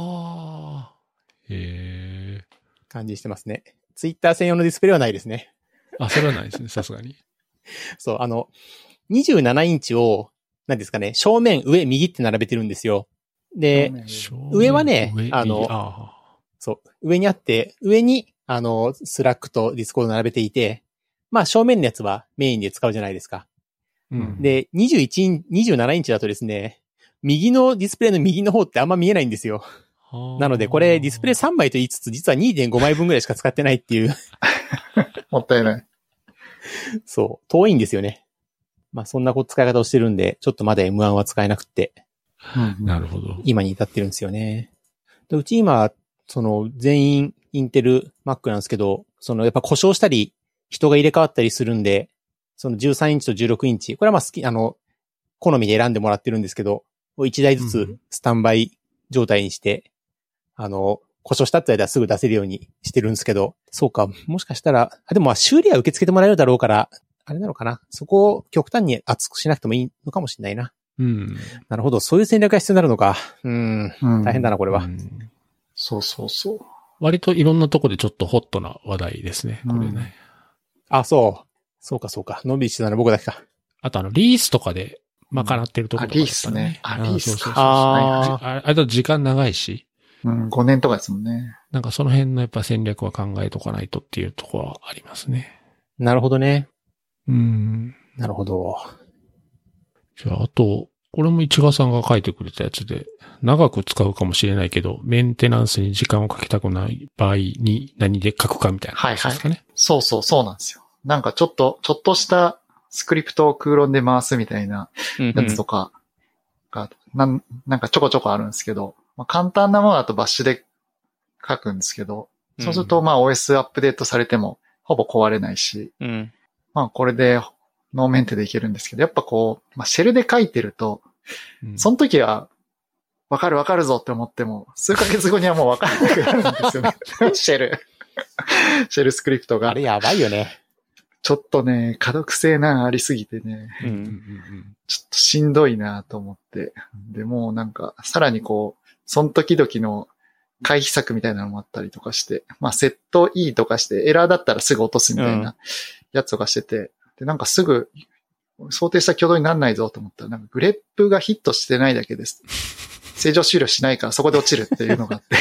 感じしてますね。ツイッター専用のディスプレイはないですね。 それはないですね、さすがに。 そう、27インチを、何ですかね、正面、上、右って並べてるんですよ。で、上はね、そう、上にあって、上に、スラックとディスコード並べていて、まあ、正面のやつはメインで使うじゃないですか。で、27インチだとですね、右のディスプレイの右の方ってあんま見えないんですよ。なので、これディスプレイ3枚と言いつつ、実は 2.5 枚分ぐらいしか使ってないっていう。 もったいない。 そう、遠いんですよね。まあ、そんな使い方をしてるんで、ちょっとまだ M1 は使えなくて。 なるほど。 今に至ってるんですよね。でうち今、全員インテル Mac なんですけど、やっぱ故障したり、人が入れ替わったりするんで、13インチと16インチ、これはまあ好みで選んでもらってるんですけど、1台ずつスタンバイ状態にして、故障したって間はすぐ出せるようにしてるんですけど、そうか、もしかしたら、でもまあ修理は受け付けてもらえるだろうから、あれなのかな、そこを極端に厚くしなくてもいいのかもしれないな。なるほど、そういう戦略が必要になるのか。大変だな、これは。 そうそうそう。 割といろんなとこでちょっとホットな話題ですね、これね。 そう。そうか。のんびりしてたの僕だけか。 あとリースとかで賄ってるところとか、 リースね。リースか。 あれだと時間長いし。 5年とかですもんね。 なんかその辺のやっぱ戦略は考えとかないとっていうところはありますね。 なるほどね。 なるほど。 じゃあ、あと、これも市川さんが書いてくれたやつで、長く使うかもしれないけど、メンテナンスに時間をかけたくない場合に何で書くかみたいな話ですかね。 そうなんですよ。なんかちょっとしたスクリプトを空論で回すみたいなやつとかが、なんかちょこちょこあるんですけど、まあ、簡単なものだとバッシュで書くんですけど、そうするとまあ OS アップデートされてもほぼ壊れないし、まあこれでノーメンテでいけるんですけど、やっぱまあシェルで書いてると、その時はわかるぞって思っても、数ヶ月後にはもうわからなくなるんですよね。シェルスクリプトが。 あれやばいよね。 ちょっとね、可読性ありすぎてね、ちょっとしんどいなと思って。で、もうなんか、さらにその時々の回避策みたいなのもあったりとかして、まあ、セット E とかして、エラーだったらすぐ落とすみたいなやつとかしてて、で、なんかすぐ、想定した挙動にならないぞと思ったら、なんかグレップがヒットしてないだけです。正常終了しないからそこで落ちるっていうのがあって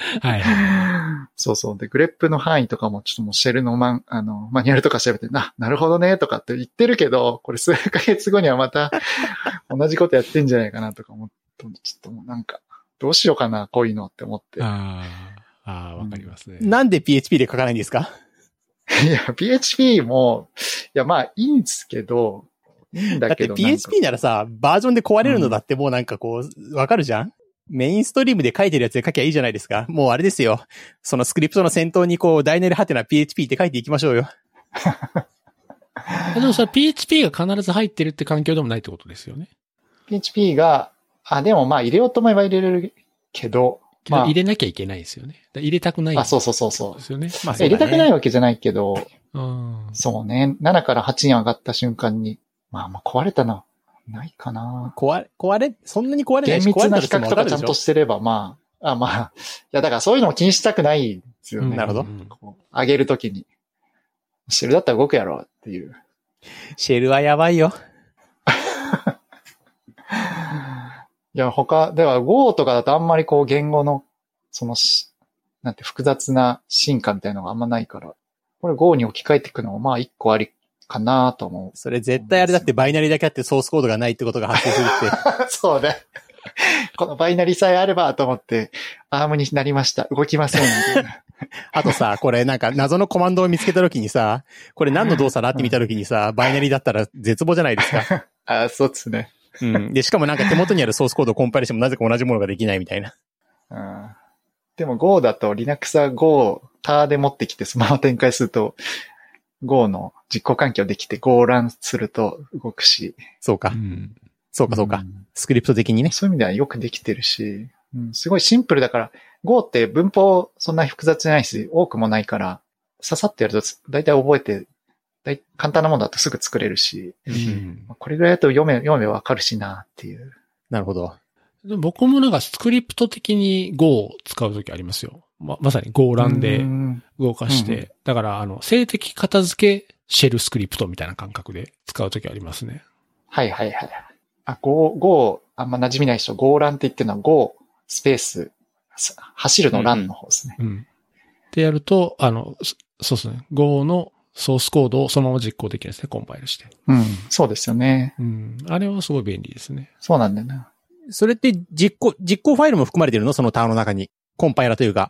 そう。で、グレップの範囲とかもちょっともうシェルのマニュアルとか調べて、なるほどね、とかって言ってるけど、これ数ヶ月後にはまた同じことやってんじゃないかなとか思って、ちょっともうなんか、 どうしようかな、こういうのって思って。 ああ、わかりますね。 なんで PHP で書かないんですか？ いや、PHP も、いや、まあ、いいんですけど、いいんだけど。 だって PHP ならさ、バージョンで壊れるのだってもうなんかこう、わかるじゃん？メインストリームで書いてるやつで書きゃいいじゃないですか。もうあれですよ。そのスクリプトの先頭にこう、大なりはてな PHP って書いていきましょうよ。 でもそれ PHP が必ず入ってるって環境でもないってことですよね。 PHP が、でもまあ入れようと思えば入れれるけど、まあ、 入れなきゃいけないですよね。入れたくない。 そうそう。 ですよね。 まあ、 入れたくないわけじゃないけど、 そうね。7から8に上がった瞬間に、まあ壊れたな。ないかな。 そんなに壊れないし、 厳密な比較とかちゃんとしてれば、まあ、いやだからそういうのも気にしたくないんですよね。 なるほど。 上げるときに。シェルだったら動くやろっていう。 シェルはやばいよ。 いや、では Go とかだとあんまりこう言語の、なんて複雑な進化みたいなのがあんまないから、これ Go に置き換えていくのもまあ一個ありかなと思う。 それ絶対あれだってバイナリだけあってソースコードがないってことが発生するって。 そうね。このバイナリさえあればと思って、アームになりました。動きません。みたいな。 あとさ、これなんか謎のコマンドを見つけたときにさ、これ何の動作だって見たときにさ、バイナリだったら絶望じゃないですか。 そうですね。 うん。で、しかもなんか手元にあるソースコードをコンパイルしてもなぜか同じものができないみたいな。 でも Go だと Linux は Go ターで持ってきてそのまま展開すると Go の実行環境できて Go ランすると動くし。 そうか。そうか。スクリプト的にね。 そういう意味ではよくできてるし、すごいシンプルだから、Go って文法そんなに複雑じゃないし、多くもないから、ささっとやると大体覚えて、簡単なものだとすぐ作れるし、これぐらいだと読めわかるしなっていう。 なるほど。 でも僕もなんかスクリプト的に Go を使うときありますよ。まさに Go ランで動かして。だから静的片付けシェルスクリプトみたいな感覚で使うときありますね。 はい。Go、あんま馴染みない人、Go ランって言ってるのは Go スペース、走るのランの方ですね。 ってやると、そうですね。Go のソースコードをそのまま実行できるんですね、コンパイルして。 そうですよね。 あれはすごい便利ですね。 そうなんだよな。 それって実行ファイルも含まれてるの？そのターンの中に。コンパイラというか。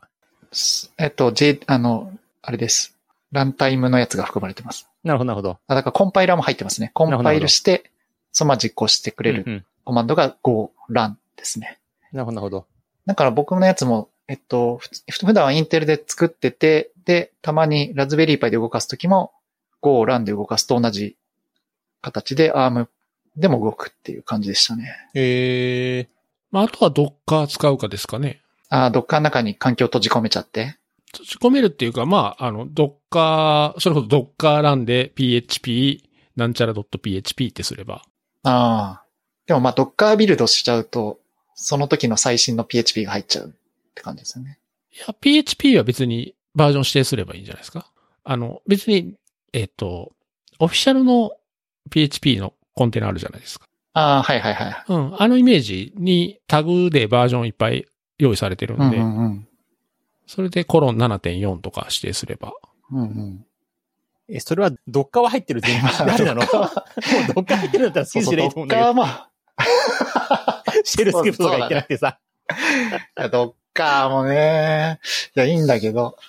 あれです。ランタイムのやつが含まれてます。 なるほど。 だからコンパイラーも入ってますね。コンパイルして、そのまま実行してくれるコマンドが Go ランですね。 なるほど。 だから僕のやつも、普段はインテルで作ってて、で、たまにラズベリーパイで動かすときも、Go ランで動かすと同じ形で ARM でも動くっていう感じでしたね。 あとは Docker 使うかですかね。 Docker の中に環境閉じ込めちゃって。 閉じ込めるっていうか、Docker、それこそ Docker ランで PHP、なんちゃら .php ってすれば。 でもDocker ビルドしちゃうと、その時の最新の PHP が入っちゃうって感じですよね。 いや、PHP は別にバージョン指定すればいいんじゃないですか。別に、オフィシャルの PHP のコンテナあるじゃないですか。 はい。 あのイメージにタグでバージョンいっぱい用意されてるんで、それでコロン 7.4 とか指定すれば。 それはドッカーは入ってる前提誰なの？もうドッカー入ってるんだったら好きじゃないと思うんだけど。 ドッカーもシェルスクリプトとか言ってなくてさ。 ドッカーもね、いや、いいんだけど、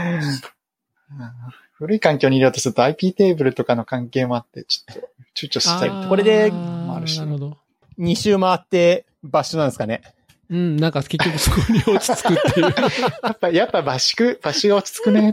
古い環境に入れようとすると IP テーブルとかの関係もあって、ちょっと躊躇したりとか。 これで、 なるほど。 2周回ってバッシュなんですかね。 なんか結局そこに落ち着くっていう。 やっぱバッシュが落ち着くね。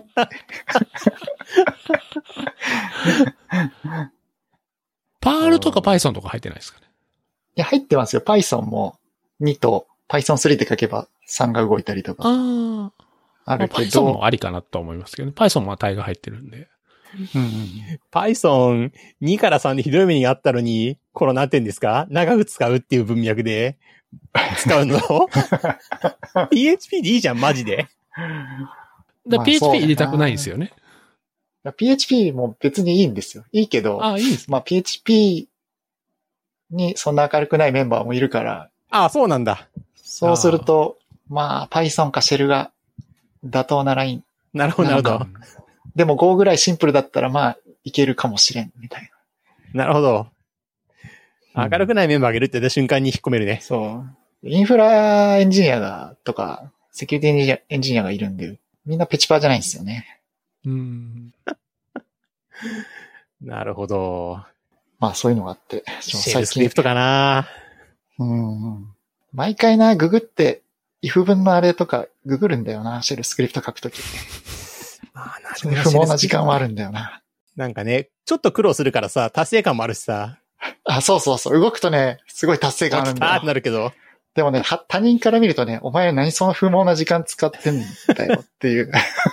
パールとか Python とか入ってないですかね。 いや、入ってますよ。Python も2と Python3 で書けば3が動いたりとか。あるけど。 Python もありかなとは思いますけどね。Python も値が入ってるんで。 Python 2から3でひどい目にあったのに、この何点ですか？長く使うっていう文脈で使うの？PHP でいいじゃん、マジで。 PHP 入れたくないんですよね。 PHP も別にいいんですよ。いいけど、 いいです。 PHP にそんな明るくないメンバーもいるから。 そうなんだ。 そうすると、Python か Shell が妥当なライン。 なるほど。 でも Go ぐらいシンプルだったらいけるかもしれん、みたいな。なるほど。明るくないメンバーがいるって言った瞬間に引っ込めるね。 そう。 インフラエンジニアとか、セキュリティエンジニアがいるんで、みんなペチパーじゃないんですよね。 なるほど。 まあそういうのがあって。 シェルスクリプトかな。 毎回な、ググって、if 文のあれとかググるんだよな、シェルスクリプト書くとき。 まあな、 不毛な時間はあるんだよな。 なんかね、ちょっと苦労するからさ、達成感もあるしさ。 あ、そうそうそう。動くとね、すごい達成感あるんだよ。 ってなるけど。 でもね、他人から見るとね、お前何その不毛な時間使ってんだよっていう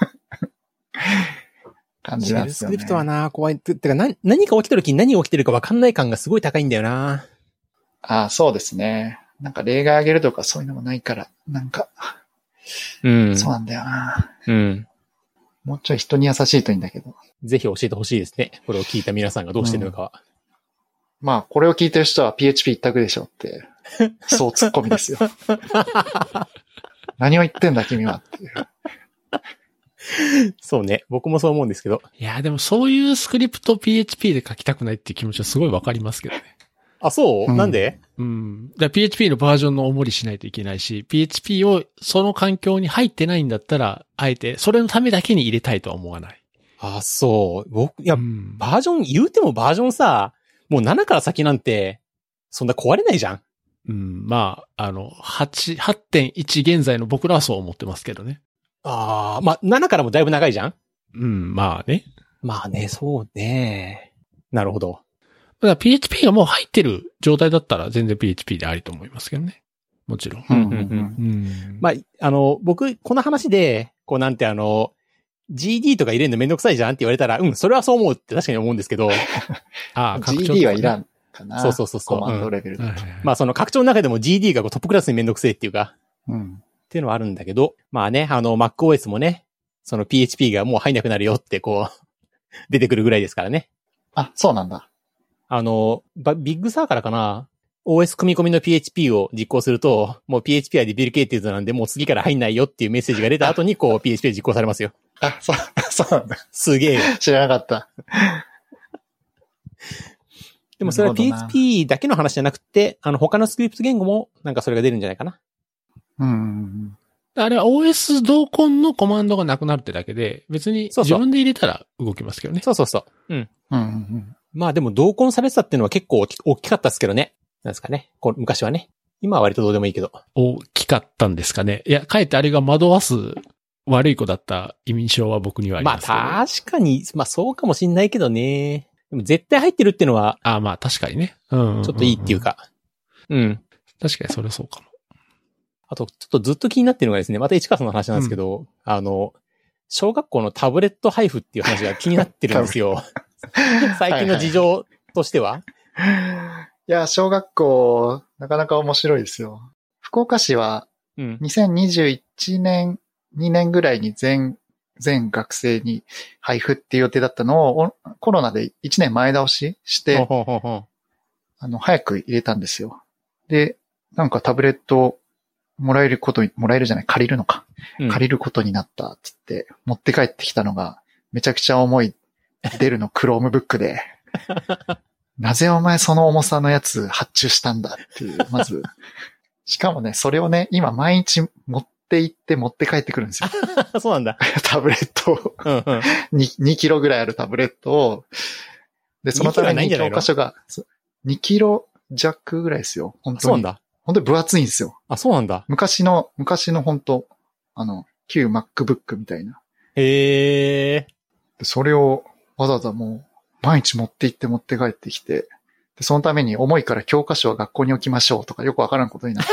感じなんですよね。 シェルスクリプトはな、怖い。てか何か起きた時に何が起きてるか分かんない感がすごい高いんだよな。 あ、そうですね。なんか例外あげるとかそういうのもないから、なんか、そうなんだよな。もうちょい人に優しいといいんだけど。 ぜひ教えてほしいですね。これを聞いた皆さんがどうしてるのかは。 まあ、これを聞いてる人は PHP 一択でしょって、そうツッコミですよ。何を言ってんだ君はっていう。 そうね。僕もそう思うんですけど。 いや、でもそういうスクリプト PHP で書きたくないっていう気持ちはすごいわかりますけどね。 あ、そう、なんでだ PHP のバージョンのおもりしないといけないし、PHP をその環境に入ってないんだったら、あえて、それのためだけに入れたいとは思わない。 あ、そう。バージョン、言うてもバージョンさ、もう7から先なんて、そんな壊れないじゃん。 まあ、8.1 現在の僕らはそう思ってますけどね。 ああ、まあ、7からもだいぶ長いじゃん。 まあね。 まあね、そうね。なるほど。 だから PHP がもう入ってる状態だったら全然 PHP でありと思いますけどね。もちろん。 まあ、僕、この話で、こうなんてGD とか入れるのめんどくさいじゃんって言われたら、それはそう思うって確かに思うんですけど。 GD はいらんかな。 そう。 コマンドレベルで。 まあその拡張の中でも GD がトップクラスにめんどくせえっていうか。っていうのはあるんだけど、まあね、MacOS もね、その PHP がもう入んなくなるよってこう、出てくるぐらいですからね。 あ、そうなんだ。 ビッグサーからかな ?OS 組み込みの PHP を実行すると、もう PHP はデビルケーティーズなんで、もう次から入んないよっていうメッセージが出た後に、こう PHP で実行されますよ。 あ、そうなんだ。 すげえ。 知らなかった。 でもそれは PHP だけの話じゃなくて、他のスクリプト言語もなんかそれが出るんじゃないかな。 あれは OS 同梱のコマンドがなくなるってだけで、別に自分で入れたら動きますけどね。 そう。まあでも同梱されてたっていうのは結構大きかったですけどね。なんですかね。昔はね。今は割とどうでもいいけど。 大きかったんですかね。いや、かえってあれが惑わす悪い子だった印象は僕にはありますけど。 まあ確かに、まあそうかもしんないけどね。でも絶対入ってるっていうのは。 まあ確かにね。 ちょっといいっていうか。 確かにそれはそうかも。 あと、ちょっとずっと気になってるのがですね、また市川さんの話なんですけど、小学校のタブレット配布っていう話が気になってるんですよ。最近の事情としては。 いや、小学校、なかなか面白いですよ。福岡市は、2021年、2年ぐらいに全学生に配布っていう予定だったのを、コロナで1年前倒しして、早く入れたんですよ。で、なんかタブレットもらえるじゃない、借りるのか。借りることになったっつって、持って帰ってきたのが、めちゃくちゃ重い、デルのクロームブックで、なぜお前その重さのやつ発注したんだっていう、まず。しかもね、それをね、今毎日持って行って持って帰ってくるんですよ。 そうなんだ。 タブレットを、2キロぐらいあるタブレットを、で、そのために教科書が、2キロ弱ぐらいですよ。本当に。 そうなんだ。 本当に分厚いんですよ。 あ、そうなんだ。 昔の本当旧 MacBook みたいな。 へえ。 それをわざわざもう毎日持って行って持って帰ってきて、でそのために重いから教科書は学校に置きましょうとかよくわからんことになって。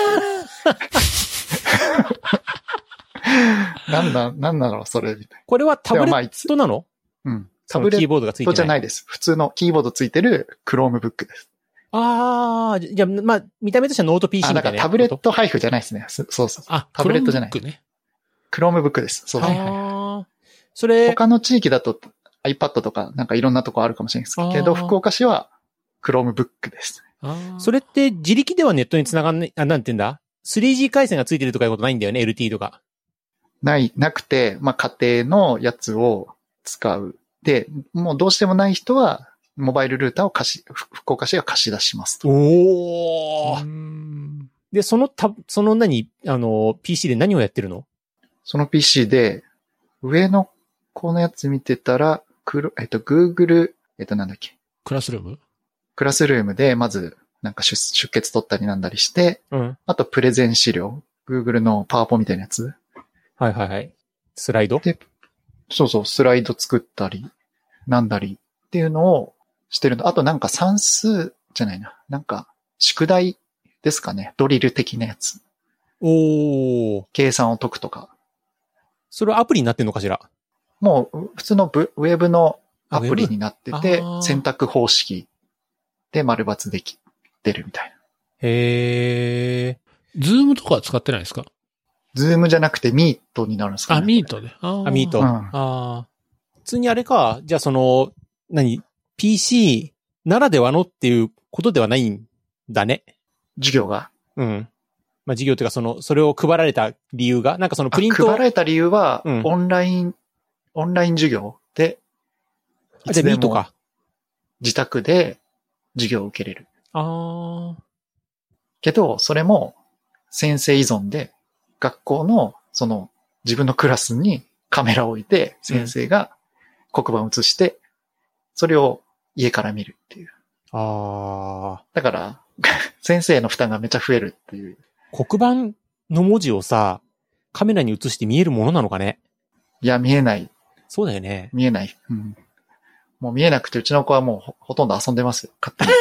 なんだろうそれみたいな。 これはタブレットなの？ タブレットキーボードがついてない。 じゃないです。普通のキーボードついてる Chromebook です。 じゃあ、まあ、見た目としてはノート PC みたいな。 だからタブレット配布じゃないですね。そう。タブレットじゃない。Chromebook です。そうですね。 それ。 他の地域だと iPad とかなんかいろんなとこあるかもしれないですけど、福岡市は Chromebook です。 それって自力ではネットに繋がんない、なんて言うんだ ?3G 回線がついてるとかいうことないんだよね ?LT とか。 なくて、まあ家庭のやつを使う。で、もうどうしてもない人は、モバイルルーターを福岡市が貸し出しますと。 おー。 で、そのPC で何をやってるの？ その PC で、上のこのやつ見てたら、Google、なんだっけ。 クラスルーム？ クラスルームで、まず、なんか出血取ったりなんだりして、 うん。 あとプレゼン資料。Google のパワポみたいなやつ。 はいはいはい。スライド？ で、そうそう、スライド作ったり、なんだりっていうのをしてるの。あとなんか算数じゃないな。なんか、宿題ですかね。ドリル的なやつ。 おー。 計算を解くとか。 それはアプリになってんのかしら？ もう、普通のウェブのアプリになっててあー、 選択方式で丸×できてるみたいな。 へー。 ズームとかは使ってないですか？ ズームじゃなくてミートになるんですかね。 あ、ミートで。 ミート。 うん普通にあれか。じゃあPC ならではのっていうことではないんだね。 授業が。 うん。まあ、授業というかそれを配られた理由が、なんかそのプリント。 配られた理由は、 うんオンライン授業で、いつでもじゃあミートか。 自宅で授業を受けれる。けど、それも先生依存で、学校の自分のクラスにカメラを置いて、先生が黒板を映して、それを家から見るっていう。だから、先生の負担がめっちゃ増えるっていう。 黒板の文字をさ、カメラに映して見えるものなのかね？ いや、見えない。 そうだよね。 見えない。うん。もう見えなくて、うちの子はもうほとんど遊んでますよ。勝手に。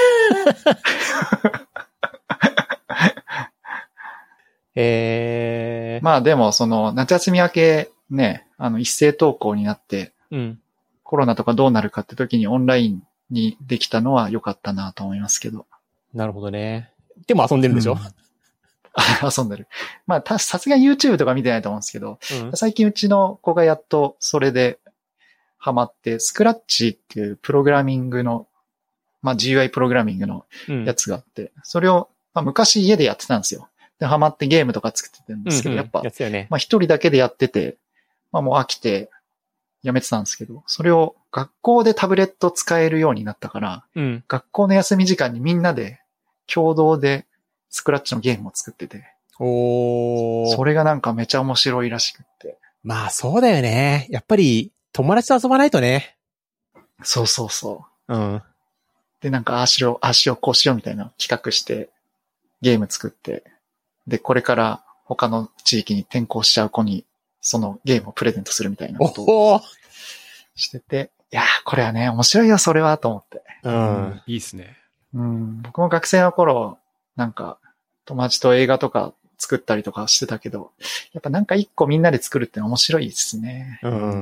まあでも、夏休み明けね、一斉登校になって、 うん。 コロナとかどうなるかって時にオンラインにできたのは良かったなと思いますけど。 なるほどね。でも遊んでるんでしょ？ 遊んでる。まあ、さすがに YouTube とか見てないと思うんですけど、最近うちの子がやっとそれでハマって、スクラッチっていうプログラミングの、まあ GUI プログラミングのやつがあって、それを、まあ、昔家でやってたんですよ。で、ハマってゲームとか作ってたんですけど、やっぱ、まあ一人だけでやってて、まあもう飽きてやめてたんですけど、それを学校でタブレット使えるようになったから、学校の休み時間にみんなで共同でスクラッチのゲームを作ってて、それがなんかめちゃ面白いらしくって。 まあそうだよね。やっぱり友達と遊ばないとね。 そうそうそう。 うん。 で、なんかああしよう、こうしようみたいな企画してゲーム作って、で、これから他の地域に転校しちゃう子にそのゲームをプレゼントするみたいなことをしてて、いやーこれはね、面白いよ、それは、と思って。 いいっすね。 僕も学生の頃、なんか友達と映画とか作ったりとかしてたけど、やっぱなんか一個みんなで作るって面白いですね。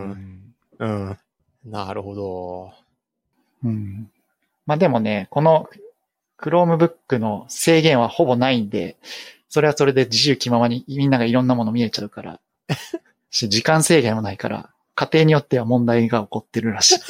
なるほど。 まあでもね、この Chromebook の制限はほぼないんで、それはそれで自由気ままにみんながいろんなもの見えちゃうから、時間制限もないから、家庭によっては問題が起こってるらしい。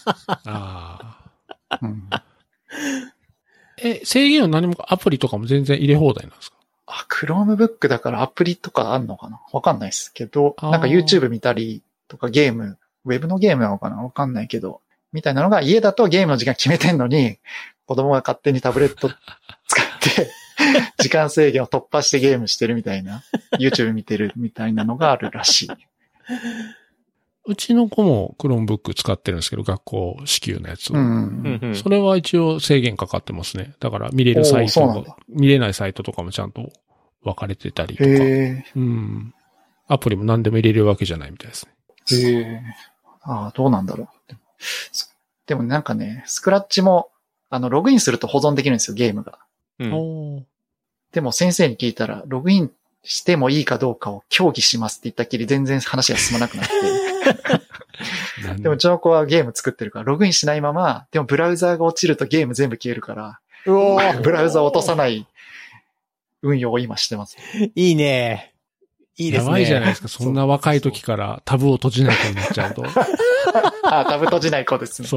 制限は何もアプリとかも全然入れ放題なんですか？ Chromebook だからアプリとかあんのかな？わかんないですけど、なんか YouTube 見たりとかゲーム、ウェブのゲームなのかな？わかんないけど、みたいなのが家だとゲームの時間決めてんのに、子供が勝手にタブレット使って時間制限を突破してゲームしてるみたいな、YouTube 見てるみたいなのがあるらしい。 うちの子も Chromebook 使ってるんですけど、学校支給のやつを。それは一応制限かかってますね。だから見れるサイトが、見れないサイトとかもちゃんと分かれてたりとか。アプリも何でも入れるわけじゃないみたいですね。 どうなんだろう。でもなんかね、スクラッチも、ログインすると保存できるんですよ、ゲームが。でも先生に聞いたら、ログインしてもいいかどうかを協議しますって言ったきり全然話が進まなくなって。でもうちの子はゲーム作ってるから、ログインしないまま、でもブラウザーが落ちるとゲーム全部消えるから、ブラウザーを落とさない運用を今してます。 いいね。いいですね。 やばいじゃないですか。そんな若い時からタブを閉じない子になっちゃうと。 タブ閉じない子ですね。 そう。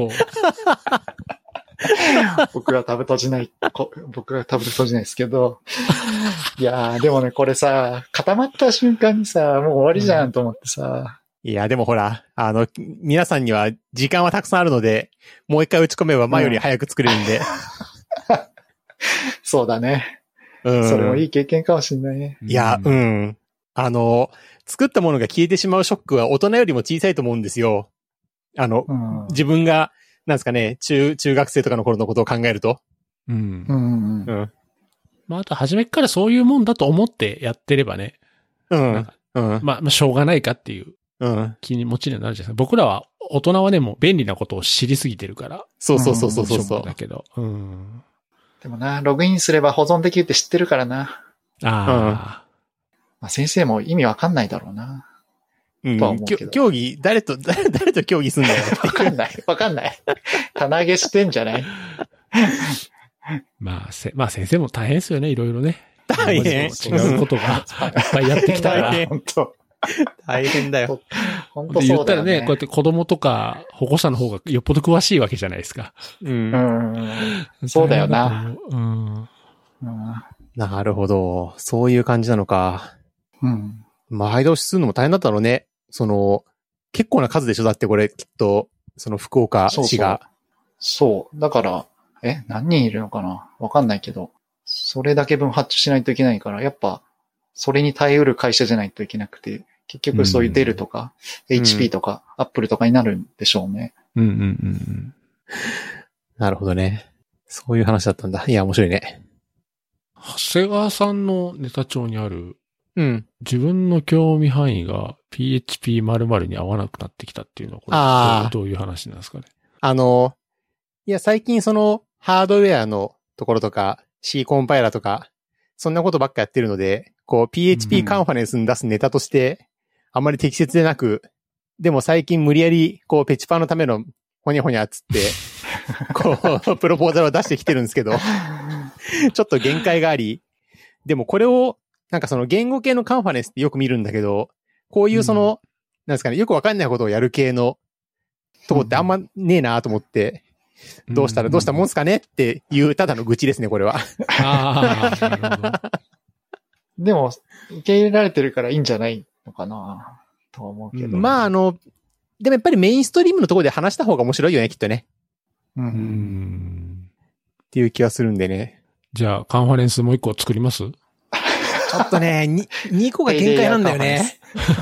僕はタブ閉じないですけど。いやー、でもね、これさ、固まった瞬間にさ、もう終わりじゃんと思ってさ。 いや、でもほら、皆さんには時間はたくさんあるので、もう一回打ち込めば前より早く作れるんで。 そうだね。 うん。 それもいい経験かもしれないね。 いや、うん。作ったものが消えてしまうショックは大人よりも小さいと思うんですよ。自分が、なんですかね、中学生とかの頃のことを考えると。 うん。 うん。 まあ、あと、初めからそういうもんだと思ってやってればね。 うん。 まあ、しょうがないかっていう。気持ちにはなるじゃないですか。僕らは、大人はね、もう便利なことを知りすぎてるから。 そう。 だけど。 でもな、ログインすれば保存できるって知ってるからな。まあ、先生も意味わかんないだろうな。とは思うけど。 競技、誰と競技すんだよ。 わかんない。棚上げしてんじゃない？ まあ先生も大変ですよね、いろいろね。 大変。 違うことがいっぱいやってきたから。 本当大変だよ。 本当そうだよね。 言ったらね、こうやって子供とか保護者の方がよっぽど詳しいわけじゃないですか。 そうだよな。 なるほど。そういう感じなのか。前倒しするのも大変だったろうね。結構な数でしょ？だってこれ、きっと、福岡市が。 そう。だから、何人いるのかな？わかんないけど、それだけ分発注しないといけないから、やっぱ、それに耐えうる会社じゃないといけなくて、結局そういうデルとか、HP とか、アップルとかになるんでしょうね。 なるほどね。そういう話だったんだ。いや、面白いね。 長谷川さんのネタ帳にある、自分の興味範囲が PHP○○に合わなくなってきたっていうのは、これどういう話なんですかね。 いや、最近ハードウェアのところとか、C コンパイラーとか、そんなことばっかやってるので、PHP カンファレンスに出すネタとして、あまり適切でなく、でも最近無理やり、ペチパーのためのほにゃほにゃっつって、プロポーザルを出してきてるんですけど、ちょっと限界があり、でもこれを、なんか言語系のカンファレンスってよく見るんだけど、こういうなんですかね、よくわかんないことをやる系のとこってあんまねえなと思って、どうしたもんすかねっていう、ただの愚痴ですね、これは。 なるほど。 でも、受け入れられてるからいいんじゃないのかなとは思うけど。 まあでもやっぱりメインストリームのところで話した方が面白いよね、きっとね。っていう気はするんでね。 じゃあ、カンファレンスもう一個作ります？ ちょっとね、2個が限界なんだよね。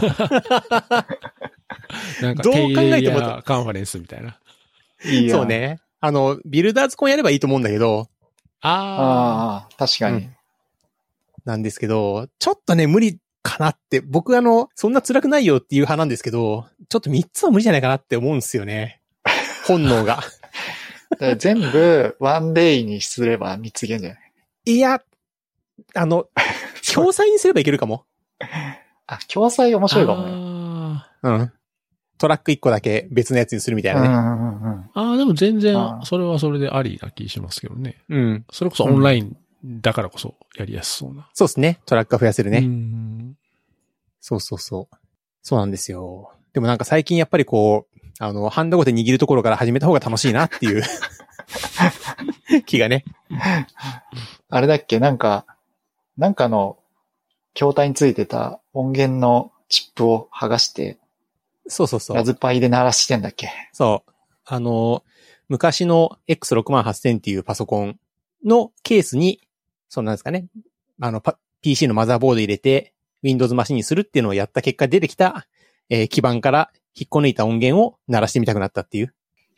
なんか、どう考えてもカンファレンスみたいな。 そうね。ビルダーズコンやればいいと思うんだけど。 ああ、確かに。 なんですけど、ちょっとね、無理かなって。僕そんな辛くないよっていう派なんですけど、ちょっと3つは無理じゃないかなって思うんですよね。本能が。 全部、ワンデイにすれば3ついけんじゃない？ いや、共催にすればいけるかも。 共催面白いかもね。 トラック1個だけ別のやつにするみたいなね。 でも全然、それはそれでありな気しますけどね。それこそオンラインだからこそやりやすそうな。 そうですね。トラックが増やせるね。そう。そうなんですよ。でもなんか最近やっぱりハンダゴテ握るところから始めた方が楽しいなっていう気がね。 あれだっけ？なんかの筐体についてた音源のチップを剥がして、 そう。 ラズパイで鳴らしてんだっけ？ そう。昔の X68000 っていうパソコンのケースに、なんですかね。PC のマザーボード入れて、Windows マシンにするっていうのをやった結果出てきた、基板から引っこ抜いた音源を鳴らしてみたくなったっていう。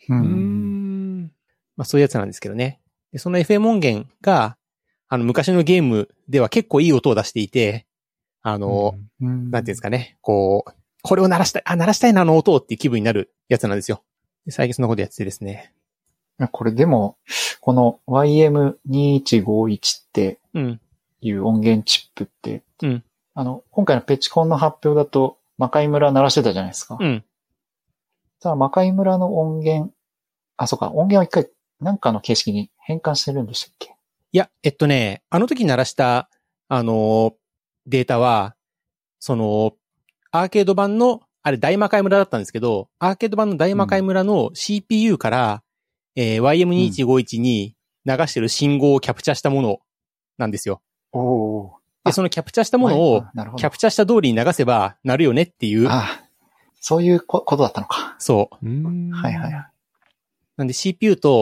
まあそういうやつなんですけどね。でその FM 音源が、昔のゲームでは結構いい音を出していて、なんていうんですかね。これを鳴らしたいな、音っていう気分になるやつなんですよ。で最近そんなことやっててですね。 これでも、この YM2151 っていう音源チップって、今回のペチコンの発表だと、魔界村鳴らしてたじゃないですか。ただ魔界村の音源、そうか、音源を一回なんかの形式に変換してるんでしたっけ？ いや、あの時鳴らした、データは、アーケード版の、あれ大魔界村だったんですけど、アーケード版の大魔界村の CPU から、YM2151 に流してる信号をキャプチャしたものなんですよ。で、そのキャプチャしたものを、キャプチャした通りに流せば鳴るよねっていう。 そういうことだったのか。 そう。 はい。 なんで CPU と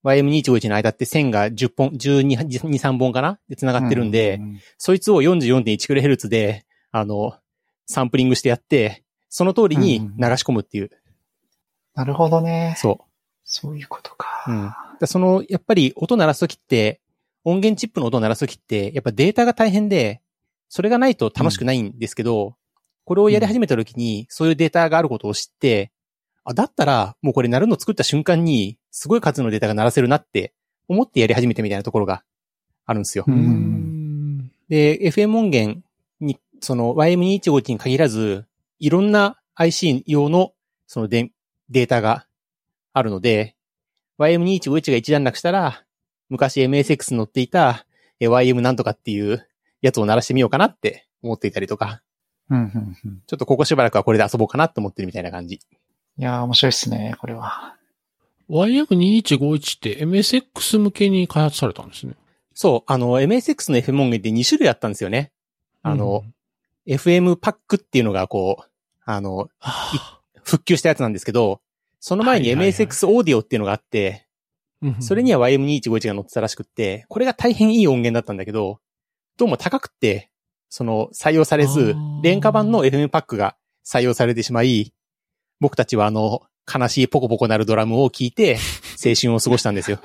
YM2151 の間って線が10本、12、3本かなで繋がってるんで、そいつを 44.1kHz で、サンプリングしてやって、その通りに流し込むっていう。 なるほどね。 そう。 そういうことか。 やっぱり音鳴らすときって、音源チップの音を鳴らすときって、やっぱデータが大変で、それがないと楽しくないんですけど、これをやり始めたときに、そういうデータがあることを知って、だったら、もうこれ鳴るの作った瞬間に、すごい数のデータが鳴らせるなって思ってやり始めたみたいなところがあるんですよ。で、FM 音源に、その YM2151 に限らず、いろんな IC 用の、そのデータがあるので、YM2151 が一段落したら、昔 MSX に乗っていた YM なんとかっていうやつを鳴らしてみようかなって思っていたりとか、ちょっとここしばらくはこれで遊ぼうかなって思ってるみたいな感じ。 いやー面白いっすね、これは。 YM2151 って MSX 向けに開発されたんですね。 そう、MSX の FM 音源って2種類あったんですよね。FM パックっていうのが復旧したやつなんですけど、その前に MSX オーディオっていうのがあって、それには YM2151 が載ってたらしくって、これが大変いい音源だったんだけど、どうも高くって、採用されず、廉価版の FM パックが採用されてしまい、僕たちは悲しいポコポコなるドラムを聴いて、青春を過ごしたんですよ。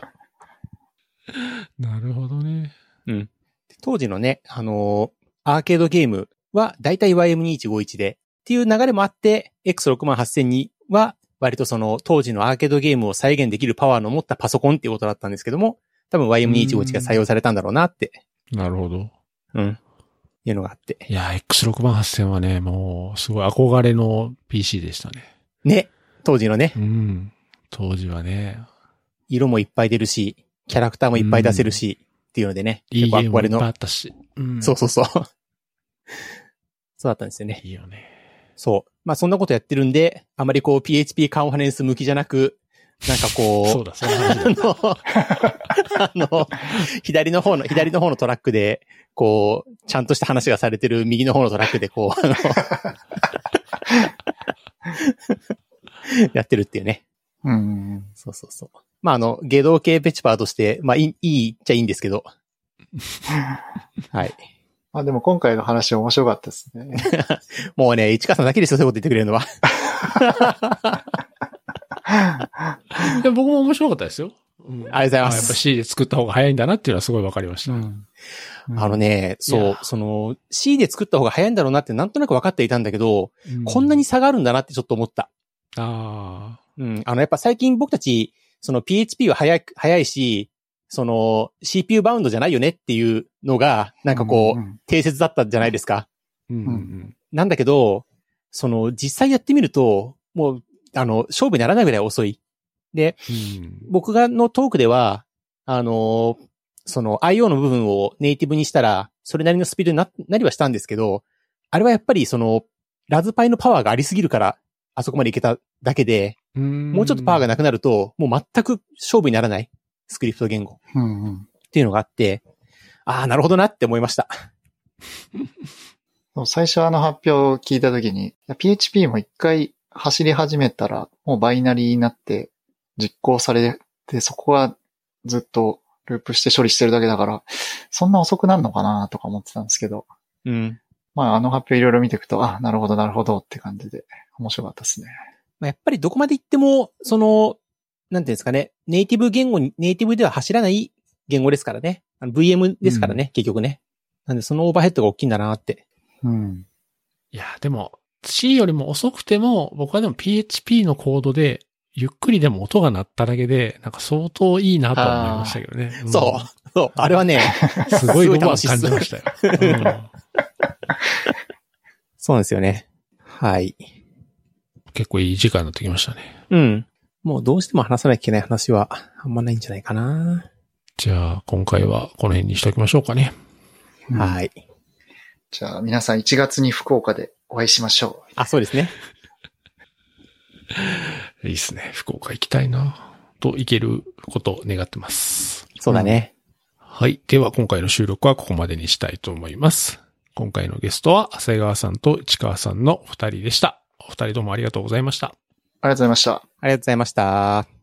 なるほどね。 当時のね、アーケードゲームはだいたい YM2151 で、っていう流れもあって、X68000 には、割と当時のアーケードゲームを再現できるパワーの持ったパソコンっていうことだったんですけども、多分 YM2151 が採用されたんだろうなって。 なるほど。 いうのがあって。 いや、X68000 はね、もう、すごい憧れの PC でしたね。 ね。当時のね。 当時はね。 色もいっぱい出るし、キャラクターもいっぱい出せるし、っていうのでね。 いいゲームもいっぱいあったし。 そう。そうだったんですよね。 いいよね。 そう。まあそんなことやってるんで、あまりPHP カンファレンス向きじゃなく、なんかそうだ、 左の方のトラックで、ちゃんとした話がされてる右の方のトラックでやってるっていうね。そう。まあ下道系ペチパーとして、まあいいっちゃいいんですけど。はい。 でも今回の話面白かったですね。 もうね、市川さんだけですよ、そういうこと言ってくれるのは。 いや僕も面白かったですよ。 ありがとうございます。 やっぱ C で作った方が早いんだなっていうのはすごいわかりました。 C で作った方が早いんだろうなってなんとなく分かっていたんだけど、こんなに差があるんだなってちょっと思った。やっぱ最近僕たち、PHP は早いし、CPU バウンドじゃないよねっていうのが、なんか定説だったじゃないですか。なんだけど、実際やってみると、もう、勝負にならないぐらい遅い。で、僕のトークでは、IO の部分をネイティブにしたら、それなりのスピードになりはしたんですけど、あれはやっぱりラズパイのパワーがありすぎるから、あそこまでいけただけで、もうちょっとパワーがなくなると、もう全く勝負にならない。スクリプト言語。っていうのがあって、なるほどなって思いました。 最初発表を聞いたときに、PHP も一回走り始めたら、もうバイナリーになって実行されて、そこはずっとループして処理してるだけだから、そんな遅くなるのかなとか思ってたんですけど。まあ発表いろいろ見ていくと、なるほどって感じで面白かったですね。 やっぱりどこまで行っても、なんていうんですかね、ネイティブでは走らない言語ですからね。VM ですからね、結局ね。なんでそのオーバーヘッドが大きいんだなって。 いや、でも、C よりも遅くても、僕はでも PHP のコードで、ゆっくりでも音が鳴っただけで、なんか相当いいなと思いましたけどね。 そう。あれはね、 すごいロマン感じましたよ。 そうなんですよね。はい。 結構いい時間になってきましたね。 もうどうしても話さなきゃいけない話はあんまないんじゃないかな。 じゃあ、今回はこの辺にしておきましょうかね。 はい。 じゃあ、皆さん1月に福岡でお会いしましょう。そうですね。 いいですね。福岡行きたいな。と、行けることを願ってます。 そうだね。 はい。では、今回の収録はここまでにしたいと思います。今回のゲストは、長谷川さんと市川さんのお二人でした。お二人どうもありがとうございました。 ありがとうございました。 ありがとうございました。